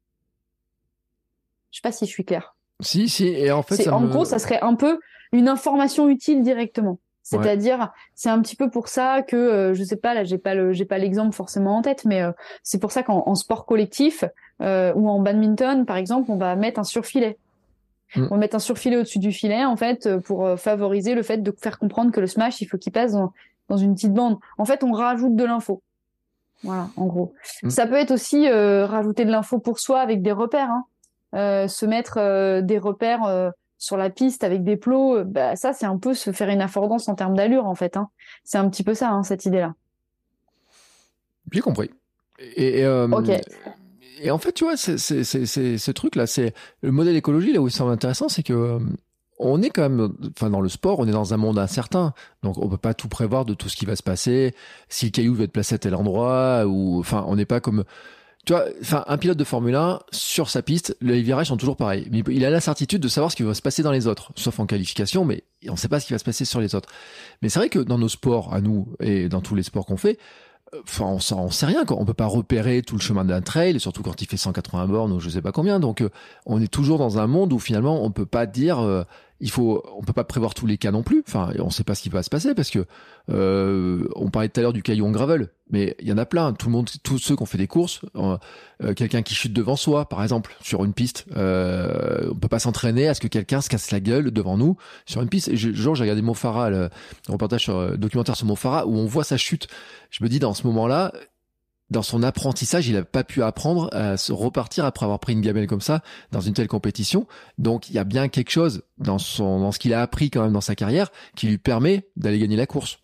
Je sais pas si je suis claire. Si, et en fait, en gros, ça serait un peu une information utile directement. C'est-à-dire, c'est un petit peu pour ça que je sais pas, là, j'ai pas l'exemple forcément en tête, mais c'est pour ça qu'en sport collectif ou en badminton, par exemple, on va mettre un surfilet. On va mettre un surfilet au-dessus du filet, en fait, pour favoriser le fait de faire comprendre que le smash, il faut qu'il passe dans une petite bande. En fait, on rajoute de l'info. Voilà, en gros. Ça peut être aussi rajouter de l'info pour soi avec des repères. Hein. Se mettre des repères sur la piste avec des plots, ça, c'est un peu se faire une affordance en termes d'allure, en fait. Hein. C'est un petit peu ça, hein, cette idée-là. J'ai compris. Et Ok. et en fait, tu vois, c'est ce truc-là, c'est le modèle écologie, là où c'est intéressant, c'est que on est quand même, enfin, dans le sport, on est dans un monde incertain. Donc, on peut pas tout prévoir de tout ce qui va se passer. Si le caillou va être placé à tel endroit, ou, enfin, on n'est pas comme, tu vois, enfin, un pilote de Formule 1, sur sa piste, les virages sont toujours pareils. Mais il a la certitude de savoir ce qui va se passer dans les autres, sauf en qualification, mais on ne sait pas ce qui va se passer sur les autres. Mais c'est vrai que dans nos sports, à nous, et dans tous les sports qu'on fait, enfin, on sait rien, quoi. On peut pas repérer tout le chemin d'un trail, surtout quand il fait 180 bornes ou je sais pas combien. Donc, on est toujours dans un monde où finalement, on peut pas dire, on peut pas prévoir tous les cas non plus. Enfin, on sait pas ce qui va se passer parce que, on parlait tout à l'heure du caillou en gravel, mais il y en a plein. Tout le monde, tous ceux qui ont fait des courses, quelqu'un qui chute devant soi, par exemple, sur une piste, on peut pas s'entraîner à ce que quelqu'un se casse la gueule devant nous sur une piste. Et j'ai regardé Mo Farah, le reportage documentaire sur Mo Farah, où on voit sa chute. Je me dis, dans ce moment-là, dans son apprentissage, il n'a pas pu apprendre à se repartir après avoir pris une gamelle comme ça dans une telle compétition. Donc, il y a bien quelque chose dans ce qu'il a appris quand même dans sa carrière qui lui permet d'aller gagner la course.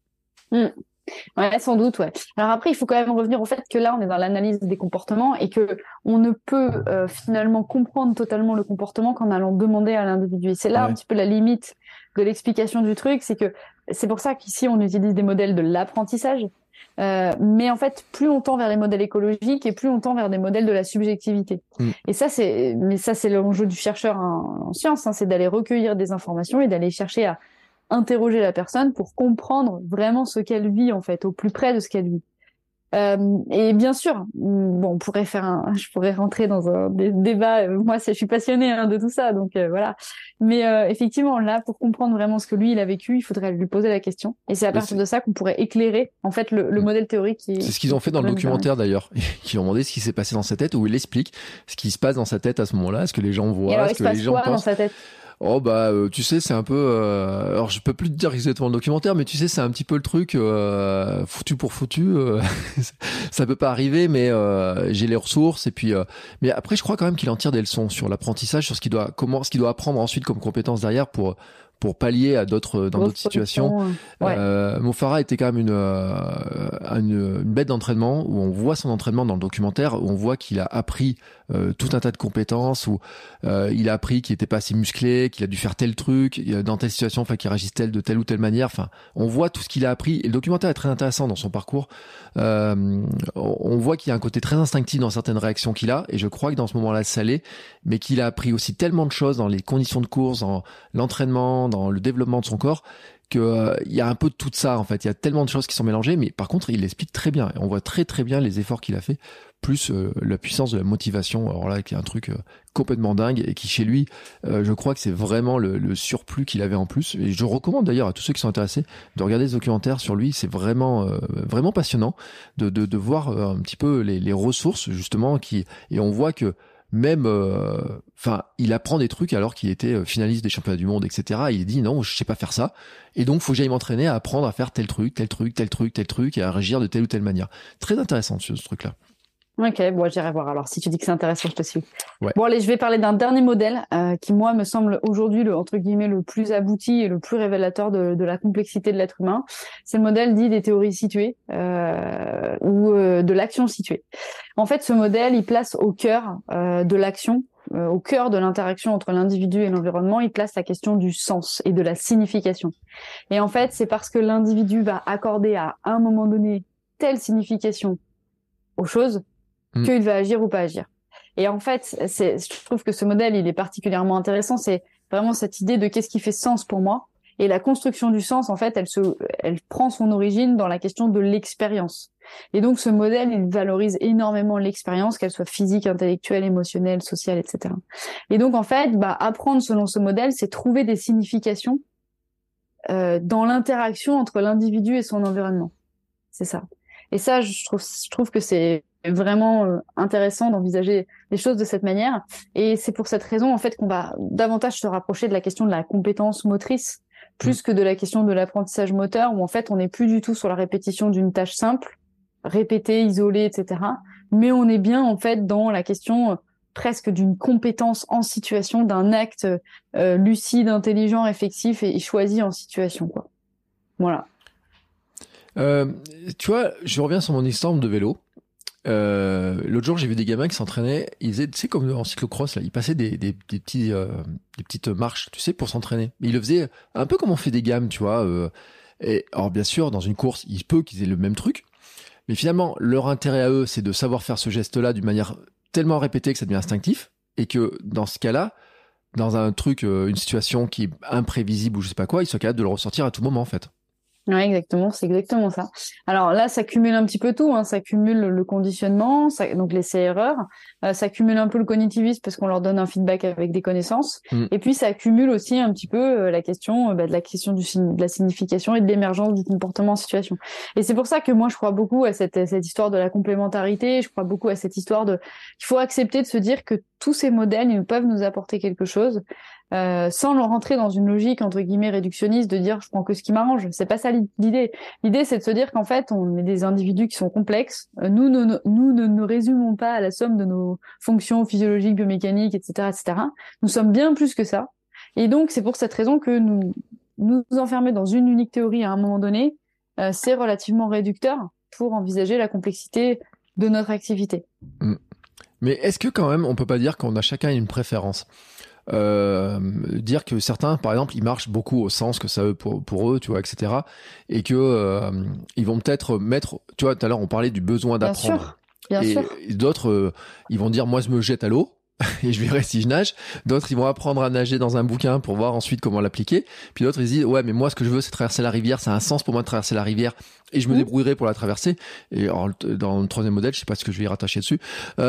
Ouais, sans doute, ouais. Alors après, il faut quand même revenir au fait que là, on est dans l'analyse des comportements et que on ne peut finalement comprendre totalement le comportement qu'en allant demander à l'individu. Et c'est là un petit peu la limite de l'explication du truc, c'est que c'est pour ça qu'ici, on utilise des modèles de l'apprentissage. Mais en fait, plus on tend vers les modèles écologiques et plus on tend vers des modèles de la subjectivité. Et ça, c'est l'enjeu du chercheur en sciences, hein, c'est d'aller recueillir des informations et d'aller chercher à interroger la personne pour comprendre vraiment ce qu'elle vit, en fait, au plus près de ce qu'elle vit. Et bien sûr, bon, je pourrais rentrer dans un débat. Moi, je suis passionnée de tout ça, donc voilà. Mais effectivement, là, pour comprendre vraiment ce que lui il a vécu, il faudrait lui poser la question. Et c'est à partir de ça qu'on pourrait éclairer en fait le modèle théorique. C'est ce qu'ils ont fait dans le documentaire d'ailleurs. Ils ont demandé ce qui s'est passé dans sa tête, où il explique ce qui se passe dans sa tête à ce moment-là, ce que les gens voient, ce que les gens pensent. Dans sa tête. Oh bah tu sais, c'est un peu alors je peux plus te dire exactement le documentaire, mais tu sais, c'est un petit peu le truc foutu pour foutu. Ça peut pas arriver, mais j'ai les ressources et puis mais après je crois quand même qu'il en tire des leçons sur l'apprentissage, sur ce qu'il doit apprendre ensuite comme compétences derrière pour pallier à d'autres situations. Mo Farah était quand même une bête d'entraînement, où on voit son entraînement dans le documentaire, où on voit qu'il a appris tout un tas de compétences, où il a appris qu'il était pas assez musclé, qu'il a dû faire tel truc dans telle situation, enfin qu'il réagisse de telle ou telle manière. Enfin, on voit tout ce qu'il a appris, et le documentaire est très intéressant dans son parcours. On voit qu'il y a un côté très instinctif dans certaines réactions qu'il a, et je crois que dans ce moment-là ça l'est, mais qu'il a appris aussi tellement de choses dans les conditions de course, dans l'entraînement, dans le développement de son corps, que il y a un peu de tout ça en fait. Il y a tellement de choses qui sont mélangées, mais par contre il l'explique très bien, et on voit très très bien les efforts qu'il a fait, plus la puissance de la motivation, alors là qui est un truc complètement dingue, et qui chez lui je crois que c'est vraiment le surplus qu'il avait en plus. Et je recommande d'ailleurs à tous ceux qui sont intéressés de regarder ce documentaire sur lui. C'est vraiment vraiment passionnant de voir un petit peu les ressources justement et on voit que même il apprend des trucs alors qu'il était finaliste des championnats du monde, etc. Et il dit non, je sais pas faire ça, et donc faut que j'aille m'entraîner à apprendre à faire tel truc et à réagir de telle ou telle manière. Très intéressant ce truc-là. Ok, bon, j'irai voir. Alors, si tu dis que c'est intéressant, je te suis. Ouais. Bon, allez, je vais parler d'un dernier modèle qui, moi, me semble aujourd'hui entre guillemets, le plus abouti et le plus révélateur de la complexité de l'être humain. C'est le modèle dit des théories situées ou de l'action située. En fait, ce modèle, il place au cœur de l'action, au cœur de l'interaction entre l'individu et l'environnement, il place la question du sens et de la signification. Et en fait, c'est parce que l'individu va accorder à un moment donné telle signification aux choses qu'il va agir ou pas agir. Et en fait, je trouve que ce modèle, il est particulièrement intéressant. C'est vraiment cette idée de qu'est-ce qui fait sens pour moi. Et la construction du sens, en fait, elle prend son origine dans la question de l'expérience. Et donc, ce modèle, il valorise énormément l'expérience, qu'elle soit physique, intellectuelle, émotionnelle, sociale, etc. Et donc, en fait, apprendre selon ce modèle, c'est trouver des significations dans l'interaction entre l'individu et son environnement. C'est ça. Et ça, je trouve que c'est vraiment intéressant d'envisager les choses de cette manière. Et c'est pour cette raison, en fait, qu'on va davantage se rapprocher de la question de la compétence motrice, plus que de la question de l'apprentissage moteur, où en fait, on n'est plus du tout sur la répétition d'une tâche simple, répétée, isolée, etc. Mais on est bien, en fait, dans la question presque d'une compétence en situation, d'un acte lucide, intelligent, effectif et choisi en situation, quoi. Voilà. Tu vois, je reviens sur mon exemple de vélo. L'autre jour, j'ai vu des gamins qui s'entraînaient. Ils faisaient, tu sais, comme en cyclocross, là, ils passaient des petites marches, tu sais, pour s'entraîner. Ils le faisaient un peu comme on fait des gammes, tu vois. Et alors, bien sûr, dans une course, il peut qu'ils aient le même truc. Mais finalement, leur intérêt à eux, c'est de savoir faire ce geste-là d'une manière tellement répétée que ça devient instinctif. Et que dans ce cas-là, dans un truc, une situation qui est imprévisible ou je sais pas quoi, ils sont capables de le ressortir à tout moment, en fait. Ouais, exactement, c'est exactement ça. Alors là, ça cumule un petit peu tout, hein. Ça cumule le conditionnement, donc l'essai-erreur, ça cumule un peu le cognitivisme parce qu'on leur donne un feedback avec des connaissances, et puis ça cumule aussi un petit peu la question de la signification et de l'émergence du comportement en situation. Et c'est pour ça que moi je crois beaucoup à cette histoire de la complémentarité, je crois beaucoup à cette histoire il faut accepter de se dire que tous ces modèles, ils peuvent nous apporter quelque chose. Sans leur rentrer dans une logique entre guillemets réductionniste de dire je prends que ce qui m'arrange. C'est pas ça l'idée. L'idée c'est de se dire qu'en fait on est des individus qui sont complexes. Nous ne résumons pas à la somme de nos fonctions physiologiques, biomécaniques, etc., etc. Nous sommes bien plus que ça. Et donc c'est pour cette raison que nous enfermer dans une unique théorie à un moment donné, c'est relativement réducteur pour envisager la complexité de notre activité. Mais est-ce que quand même on peut pas dire qu'on a chacun une préférence? Dire que certains, par exemple, ils marchent beaucoup au sens que ça veut pour eux, tu vois, etc. Et que ils vont peut-être mettre, tu vois, tout à l'heure on parlait du besoin d'apprendre. Bien sûr. Et d'autres, ils vont dire, moi je me jette à l'eau et je verrai si je nage. D'autres, ils vont apprendre à nager dans un bouquin pour voir ensuite comment l'appliquer. Puis d'autres, ils disent, ouais, mais moi ce que je veux, c'est traverser la rivière. Ça a un sens pour moi de traverser la rivière et je me débrouillerai pour la traverser. Et alors, dans le troisième modèle, je sais pas ce que je vais y rattacher dessus.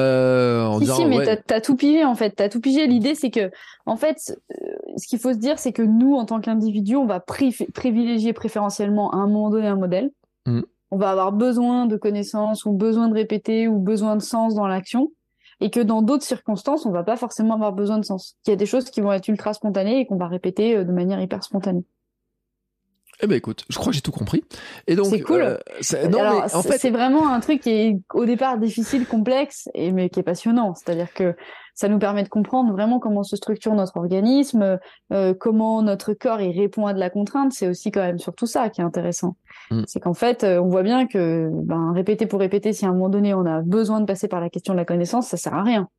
Mais t'as tout pigé en fait. T'as tout pigé. L'idée, c'est que, en fait, ce qu'il faut se dire, c'est que nous, en tant qu'individus, on va privilégier préférentiellement à un moment donné un modèle. On va avoir besoin de connaissances ou besoin de répéter ou besoin de sens dans l'action. Et que dans d'autres circonstances, on va pas forcément avoir besoin de sens. Il y a des choses qui vont être ultra spontanées et qu'on va répéter de manière hyper spontanée. Eh ben écoute, je crois que j'ai tout compris. Et donc c'est cool. En fait, c'est vraiment un truc qui est au départ difficile, complexe, mais qui est passionnant. C'est-à-dire que ça nous permet de comprendre vraiment comment se structure notre organisme, comment notre corps il répond à de la contrainte. C'est aussi quand même surtout ça qui est intéressant. C'est qu'en fait, on voit bien que répéter pour répéter, si à un moment donné on a besoin de passer par la question de la connaissance, ça sert à rien.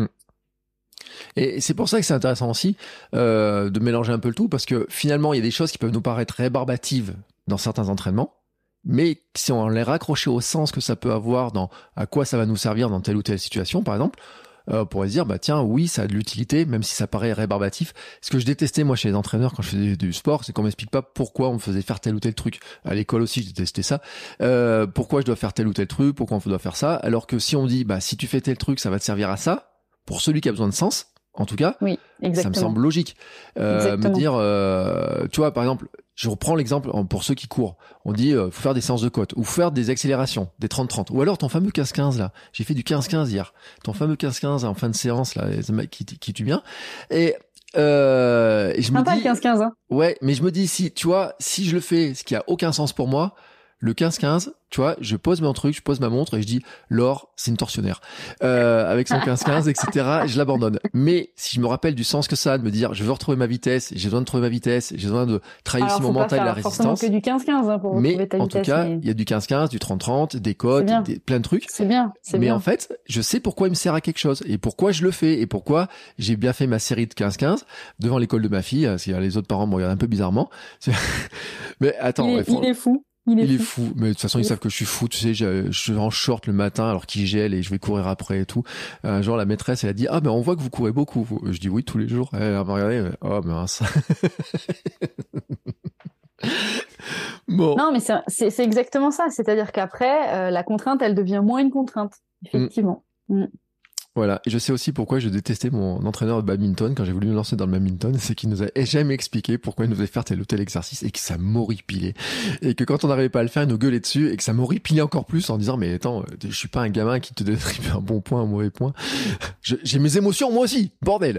Et c'est pour ça que c'est intéressant aussi de mélanger un peu le tout, parce que finalement, il y a des choses qui peuvent nous paraître rébarbatives dans certains entraînements, mais si on les raccrochait au sens que ça peut avoir dans à quoi ça va nous servir dans telle ou telle situation, par exemple, on pourrait se dire, bah tiens, oui, ça a de l'utilité, même si ça paraît rébarbatif. Ce que je détestais, moi, chez les entraîneurs, quand je faisais du sport, c'est qu'on m'explique pas pourquoi on me faisait faire tel ou tel truc. À l'école aussi, je détestais ça. Pourquoi je dois faire tel ou tel truc, pourquoi on doit faire ça, alors que si on dit, bah si tu fais tel truc, ça va te servir à ça, pour celui qui a besoin de sens, en tout cas, oui, ça me semble logique. Me dire, tu vois, par exemple, je reprends l'exemple pour ceux qui courent. On dit, faut faire des séances de côte, ou faire des accélérations, des 30-30. Ou alors ton fameux 15-15 là. J'ai fait du 15-15 hier. Ton fameux 15-15 en fin de séance là, qui tue bien. Et je me dis, 15-15, hein. Ouais, mais je me dis, si, tu vois, si je le fais, ce qui a aucun sens pour moi, le 15-15, tu vois, je pose mon truc, je pose ma montre et je dis, Laure, c'est une tortionnaire. Avec son 15-15, etc., je l'abandonne. Mais si je me rappelle du sens que ça a, de me dire, je veux retrouver ma vitesse, j'ai besoin de trouver ma vitesse, j'ai besoin de travailler aussi mon mental et la résistance. Que du 15-15, hein, pour retrouver ta vitesse. Mais en tout cas, il y a du 15-15, du 30-30, des cotes, plein de trucs. C'est bien, mais en fait, je sais pourquoi il me sert à quelque chose et pourquoi je le fais et pourquoi j'ai bien fait ma série de 15-15 devant l'école de ma fille, parce que les autres parents me regardent un peu bizarrement. Mais attends. Il est fou. Il est fou, mais de toute façon ils savent que je suis fou, tu sais, je suis en short le matin alors qu'il gèle et je vais courir après et tout. Un jour la maîtresse elle a dit, ah ben on voit que vous courez beaucoup. Je dis oui tous les jours. Elle m'a regardé, oh mince. Bon. Non mais c'est exactement ça, c'est-à-dire qu'après la contrainte elle devient moins une contrainte, effectivement. Voilà, et je sais aussi pourquoi je détestais mon entraîneur de badminton quand j'ai voulu me lancer dans le badminton, c'est qu'il nous a jamais expliqué pourquoi il nous faisait faire tel ou tel exercice et que ça m'horripilait. Et que quand on n'arrivait pas à le faire, il nous gueulait dessus et que ça m'horripilait encore plus en disant, mais attends, je suis pas un gamin qui te détribue un bon point, un mauvais point. J'ai mes émotions moi aussi, bordel.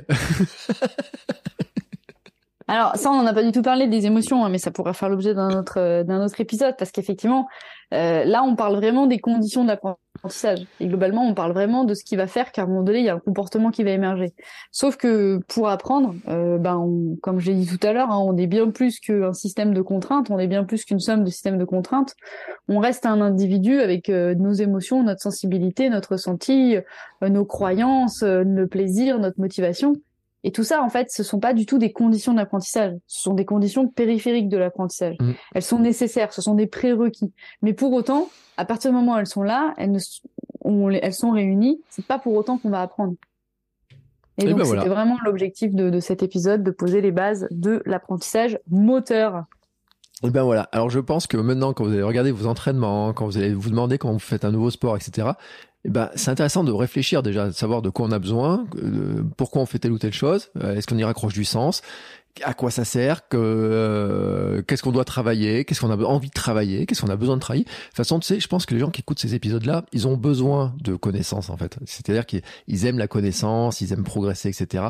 Alors ça, on n'en a pas du tout parlé des émotions, hein, mais ça pourrait faire l'objet d'un autre épisode, parce qu'effectivement, là, on parle vraiment des conditions de l'apprentissage l'apprentissage. Et globalement, on parle vraiment de ce qui va faire qu'à un moment donné, il y a un comportement qui va émerger. Sauf que pour apprendre, comme j'ai dit tout à l'heure, on est bien plus qu'un système de contraintes, on est bien plus qu'une somme de systèmes de contraintes. On reste un individu avec nos émotions, notre sensibilité, notre ressenti, nos croyances, nos plaisirs, notre motivation. Et tout ça, en fait, ce sont pas du tout des conditions de l'apprentissage. Ce sont des conditions périphériques de l'apprentissage. Elles sont nécessaires, ce sont des prérequis. Mais pour autant, à partir du moment où elles sont là, elles sont réunies, c'est pas pour autant qu'on va apprendre. Et donc, c'était vraiment l'objectif de cet épisode, de poser les bases de l'apprentissage moteur. Et ben voilà. Alors, je pense que maintenant, quand vous allez regarder vos entraînements, quand vous allez vous demander comment vous faites un nouveau sport, etc., c'est intéressant de réfléchir déjà, de savoir de quoi on a besoin, pourquoi on fait telle ou telle chose, est-ce qu'on y raccroche du sens, à quoi ça sert, qu'est-ce qu'on doit travailler, qu'est-ce qu'on a envie de travailler, qu'est-ce qu'on a besoin de travailler. De toute façon, tu sais, je pense que les gens qui écoutent ces épisodes-là, ils ont besoin de connaissances, en fait. C'est-à-dire qu'ils aiment la connaissance, ils aiment progresser, etc.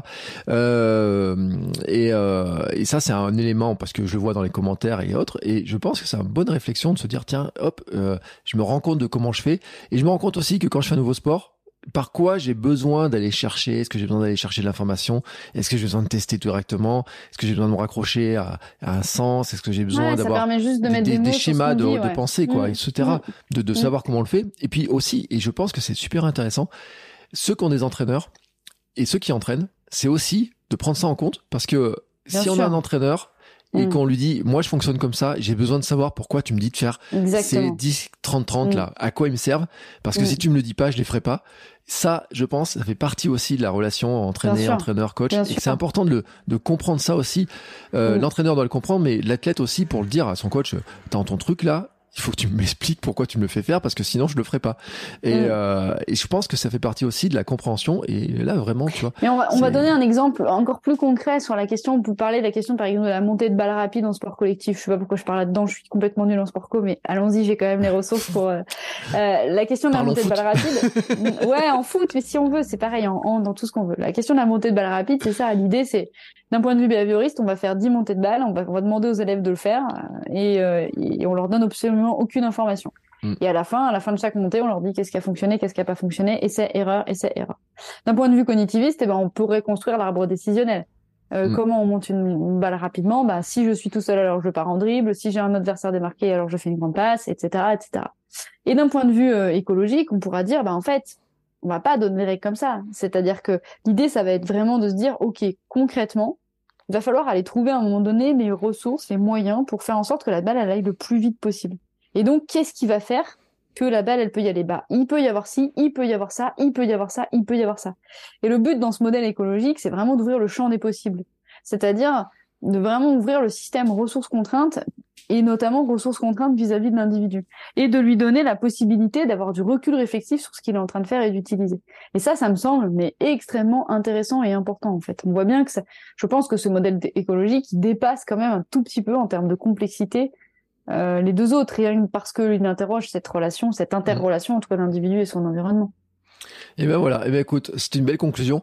Et ça, c'est un élément, parce que je le vois dans les commentaires et autres, et je pense que c'est une bonne réflexion de se dire, tiens, hop, je me rends compte de comment je fais, et je me rends compte aussi que quand je fais un nouveau sport, par quoi j'ai besoin d'aller chercher? Est-ce que j'ai besoin d'aller chercher de l'information? Est-ce que j'ai besoin de tester directement? Est-ce que j'ai besoin de me raccrocher à un sens? Est-ce que j'ai besoin d'avoir des schémas de pensée, quoi, etc. De savoir comment on le fait. Et puis aussi, et je pense que c'est super intéressant, ceux qui ont des entraîneurs et ceux qui entraînent, c'est aussi de prendre ça en compte, parce que si on a un entraîneur et qu'on lui dit, moi je fonctionne comme ça, j'ai besoin de savoir pourquoi tu me dis de faire ces 10, 30, 30 là, à quoi ils me servent, parce que si tu me le dis pas, je les ferai pas. Ça, je pense, ça fait partie aussi de la relation entraîneur, coach, et c'est important de comprendre ça aussi. L'entraîneur doit le comprendre, mais l'athlète aussi, pour le dire à son coach, dans ton truc là, il faut que tu m'expliques pourquoi tu me le fais faire, parce que sinon je le ferai pas. Et je pense que ça fait partie aussi de la compréhension. Et là vraiment, tu vois. Mais on va donner un exemple encore plus concret sur la question. Vous parlez de la question par exemple de la montée de balle rapide en sport collectif. Je sais pas pourquoi je parle là-dedans. Je suis complètement nulle en sport co, mais allons-y, j'ai quand même les ressources pour la question de la montée de balle rapide. Ouais, en foot, mais si on veut, c'est pareil dans tout ce qu'on veut. La question de la montée de balle rapide, c'est ça. L'idée, c'est d'un point de vue behavioriste, on va faire 10 montées de balles, on va demander aux élèves de le faire et on leur donne absolument aucune information. Et à la fin de chaque montée, on leur dit qu'est-ce qui a fonctionné, qu'est-ce qui a pas fonctionné, essai, erreur. D'un point de vue cognitiviste, on pourrait construire l'arbre décisionnel. Comment on monte une balle rapidement? Si je suis tout seul, alors je pars en dribble. Si j'ai un adversaire démarqué, alors je fais une grande passe, etc., etc. Et d'un point de vue écologique, on pourra dire, en fait, on va pas donner les règles comme ça. C'est-à-dire que l'idée, ça va être vraiment de se dire, ok, concrètement, il va falloir aller trouver à un moment donné les ressources, les moyens pour faire en sorte que la balle, elle aille le plus vite possible. Et donc, qu'est-ce qui va faire que la balle, elle peut y aller bas? Il peut y avoir ci, il peut y avoir ça, il peut y avoir ça, il peut y avoir ça. Et le but dans ce modèle écologique, c'est vraiment d'ouvrir le champ des possibles. C'est-à-dire de vraiment ouvrir le système ressources-contraintes, et notamment ressources contraintes vis-à-vis de l'individu, et de lui donner la possibilité d'avoir du recul réflexif sur ce qu'il est en train de faire et d'utiliser. Et ça me semble extrêmement intéressant et important en fait. On voit bien que je pense que ce modèle écologique il dépasse quand même un tout petit peu en termes de complexité les deux autres, rien parce qu'il interroge cette interrelation entre l'individu et son environnement. Et ben voilà, et ben écoute, c'était une belle conclusion.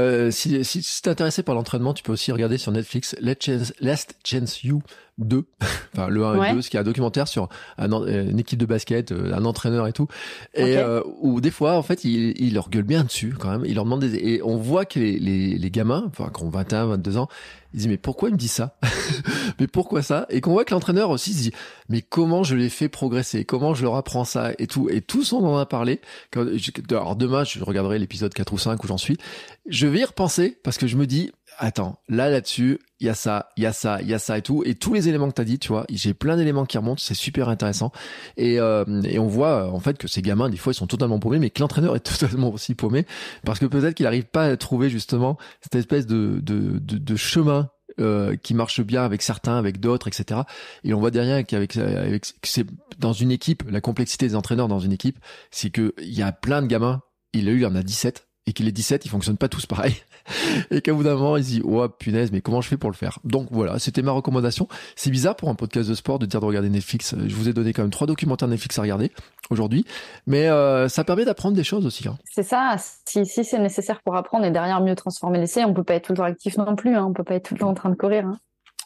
Si t'es intéressé par l'entraînement, tu peux aussi regarder sur Netflix Last Chance You 2, enfin le 1 et le 2, ce qui est un documentaire sur une équipe de basket, un entraîneur et tout, et où des fois en fait il leur gueule bien dessus quand même, il leur demande et on voit que les gamins, enfin qui ont 21, 22 ans, ils disent mais pourquoi il me dit ça? Mais pourquoi ça? Et qu'on voit que l'entraîneur aussi se dit mais comment je les fais progresser? Comment je leur apprends ça? Et tous on en a parlé. Alors demain je regarderai l'épisode 4 ou 5 où j'en suis. Je vais y repenser parce que je me dis attends, là-dessus, il y a ça et tout. Et tous les éléments que t'as dit, tu vois, j'ai plein d'éléments qui remontent, c'est super intéressant. Et on voit, en fait, que ces gamins, des fois, ils sont totalement paumés, mais que l'entraîneur est totalement aussi paumé. Parce que peut-être qu'il n'arrive pas à trouver, justement, cette espèce de chemin, qui marche bien avec certains, avec d'autres, etc. Et on voit derrière qu'avec c'est dans une équipe, la complexité des entraîneurs dans une équipe, c'est que il y a plein de gamins, il y en a 17, et que les 17, ils fonctionnent pas tous pareil. Et qu'à bout d'un moment, ils se disent, oh, punaise, mais comment je fais pour le faire? Donc voilà, c'était ma recommandation. C'est bizarre pour un podcast de sport de dire de regarder Netflix. Je vous ai donné quand même 3 documentaires Netflix à regarder aujourd'hui. Mais, ça permet d'apprendre des choses aussi, hein. C'est ça. Si c'est nécessaire pour apprendre et derrière mieux transformer l'essai, on peut pas être tout le temps actif non plus, hein. On peut pas être tout le temps en train de courir, hein.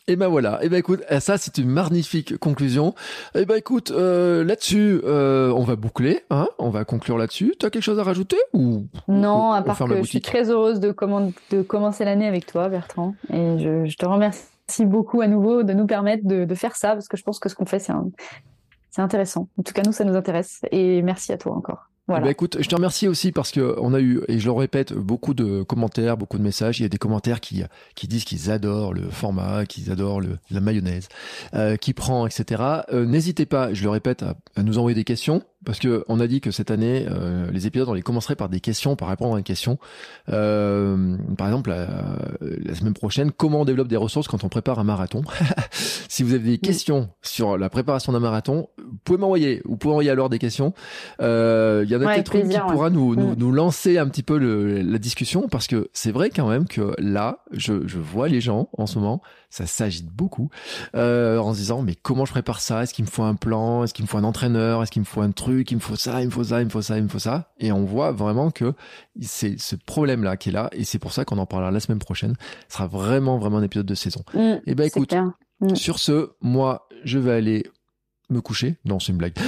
Et ben voilà, et ben écoute, ça c'est une magnifique conclusion. Et ben écoute, là-dessus, on va boucler, hein, on va conclure là-dessus. T'as quelque chose à rajouter ou Non, à part que je suis très heureuse de commencer l'année avec toi, Bertrand, et je te remercie beaucoup à nouveau de nous permettre de faire ça, parce que je pense que ce qu'on fait, c'est intéressant. En tout cas, nous, ça nous intéresse, et merci à toi encore. Voilà. Bah écoute, je te remercie aussi parce que on a eu, et je le répète, beaucoup de commentaires, beaucoup de messages. Il y a des commentaires qui disent qu'ils adorent le format, qu'ils adorent la mayonnaise, qui prend, etc. N'hésitez pas, je le répète, à nous envoyer des questions. Parce que on a dit que cette année, les épisodes, on les commencerait par des questions, par répondre à une question. Par exemple, la semaine prochaine, comment on développe des ressources quand on prépare un marathon? Si vous avez des questions sur la préparation d'un marathon, vous pouvez m'envoyer alors des questions. Il y en a peut-être une qui pourra nous lancer un petit peu la discussion, parce que c'est vrai quand même que là, je vois les gens en ce moment, ça s'agite beaucoup, en se disant mais comment je prépare ça? Est-ce qu'il me faut un plan? Est-ce qu'il me faut un entraîneur? Est-ce qu'il me faut un truc? Il me faut ça, il me faut ça, il me faut ça, il me faut ça. Et on voit vraiment que c'est ce problème-là qui est là, et c'est pour ça qu'on en parlera la semaine prochaine. Ce sera vraiment un épisode de saison. Et ben écoute, sur ce, moi, je vais aller me coucher. Non, c'est une blague.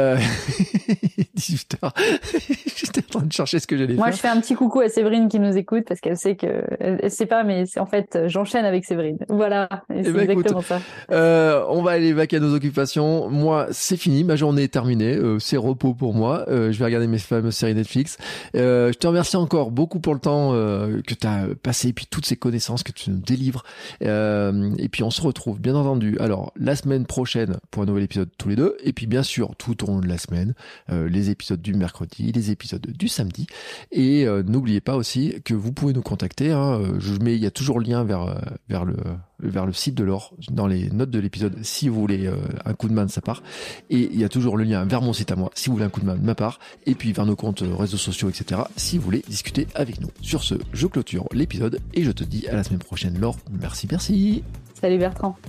18h. J'étais en train de chercher ce que j'allais faire. Moi, je fais un petit coucou à Séverine qui nous écoute, parce qu'elle sait que, elle sait pas, mais c'est en fait, j'enchaîne avec Séverine. Voilà. Et c'est exactement ça. On va aller vaquer à nos occupations. Moi, c'est fini. Ma journée est terminée. C'est repos pour moi. Je vais regarder mes fameuses séries Netflix. Je te remercie encore beaucoup pour le temps que tu as passé, et puis toutes ces connaissances que tu nous délivres. Et puis on se retrouve, bien entendu, alors la semaine prochaine pour un nouvel épisode tous les deux, et puis bien sûr tout au long de la semaine, les épisodes du mercredi, les épisodes du samedi, et n'oubliez pas aussi que vous pouvez nous contacter, hein, il y a toujours le lien vers le site de Laure dans les notes de l'épisode si vous voulez un coup de main de sa part, et il y a toujours le lien vers mon site à moi si vous voulez un coup de main de ma part, et puis vers nos comptes réseaux sociaux, etc. si vous voulez discuter avec nous. Sur ce, je clôture l'épisode et je te dis à la semaine prochaine, Laure. Merci. Salut Bertrand.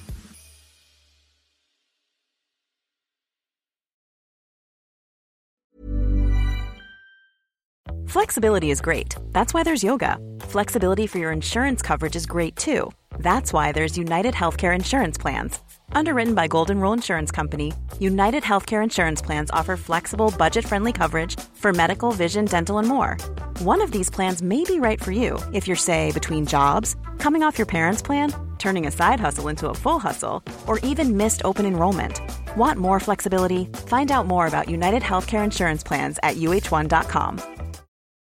Flexibility is great. That's why there's yoga. Flexibility for your insurance coverage is great too. That's why there's United Healthcare Insurance Plans. Underwritten by Golden Rule Insurance Company, United Healthcare Insurance Plans offer flexible, budget-friendly coverage for medical, vision, dental, and more. One of these plans may be right for you if you're, say, between jobs, coming off your parents' plan, turning a side hustle into a full hustle, or even missed open enrollment. Want more flexibility? Find out more about United Healthcare Insurance Plans at uh1.com.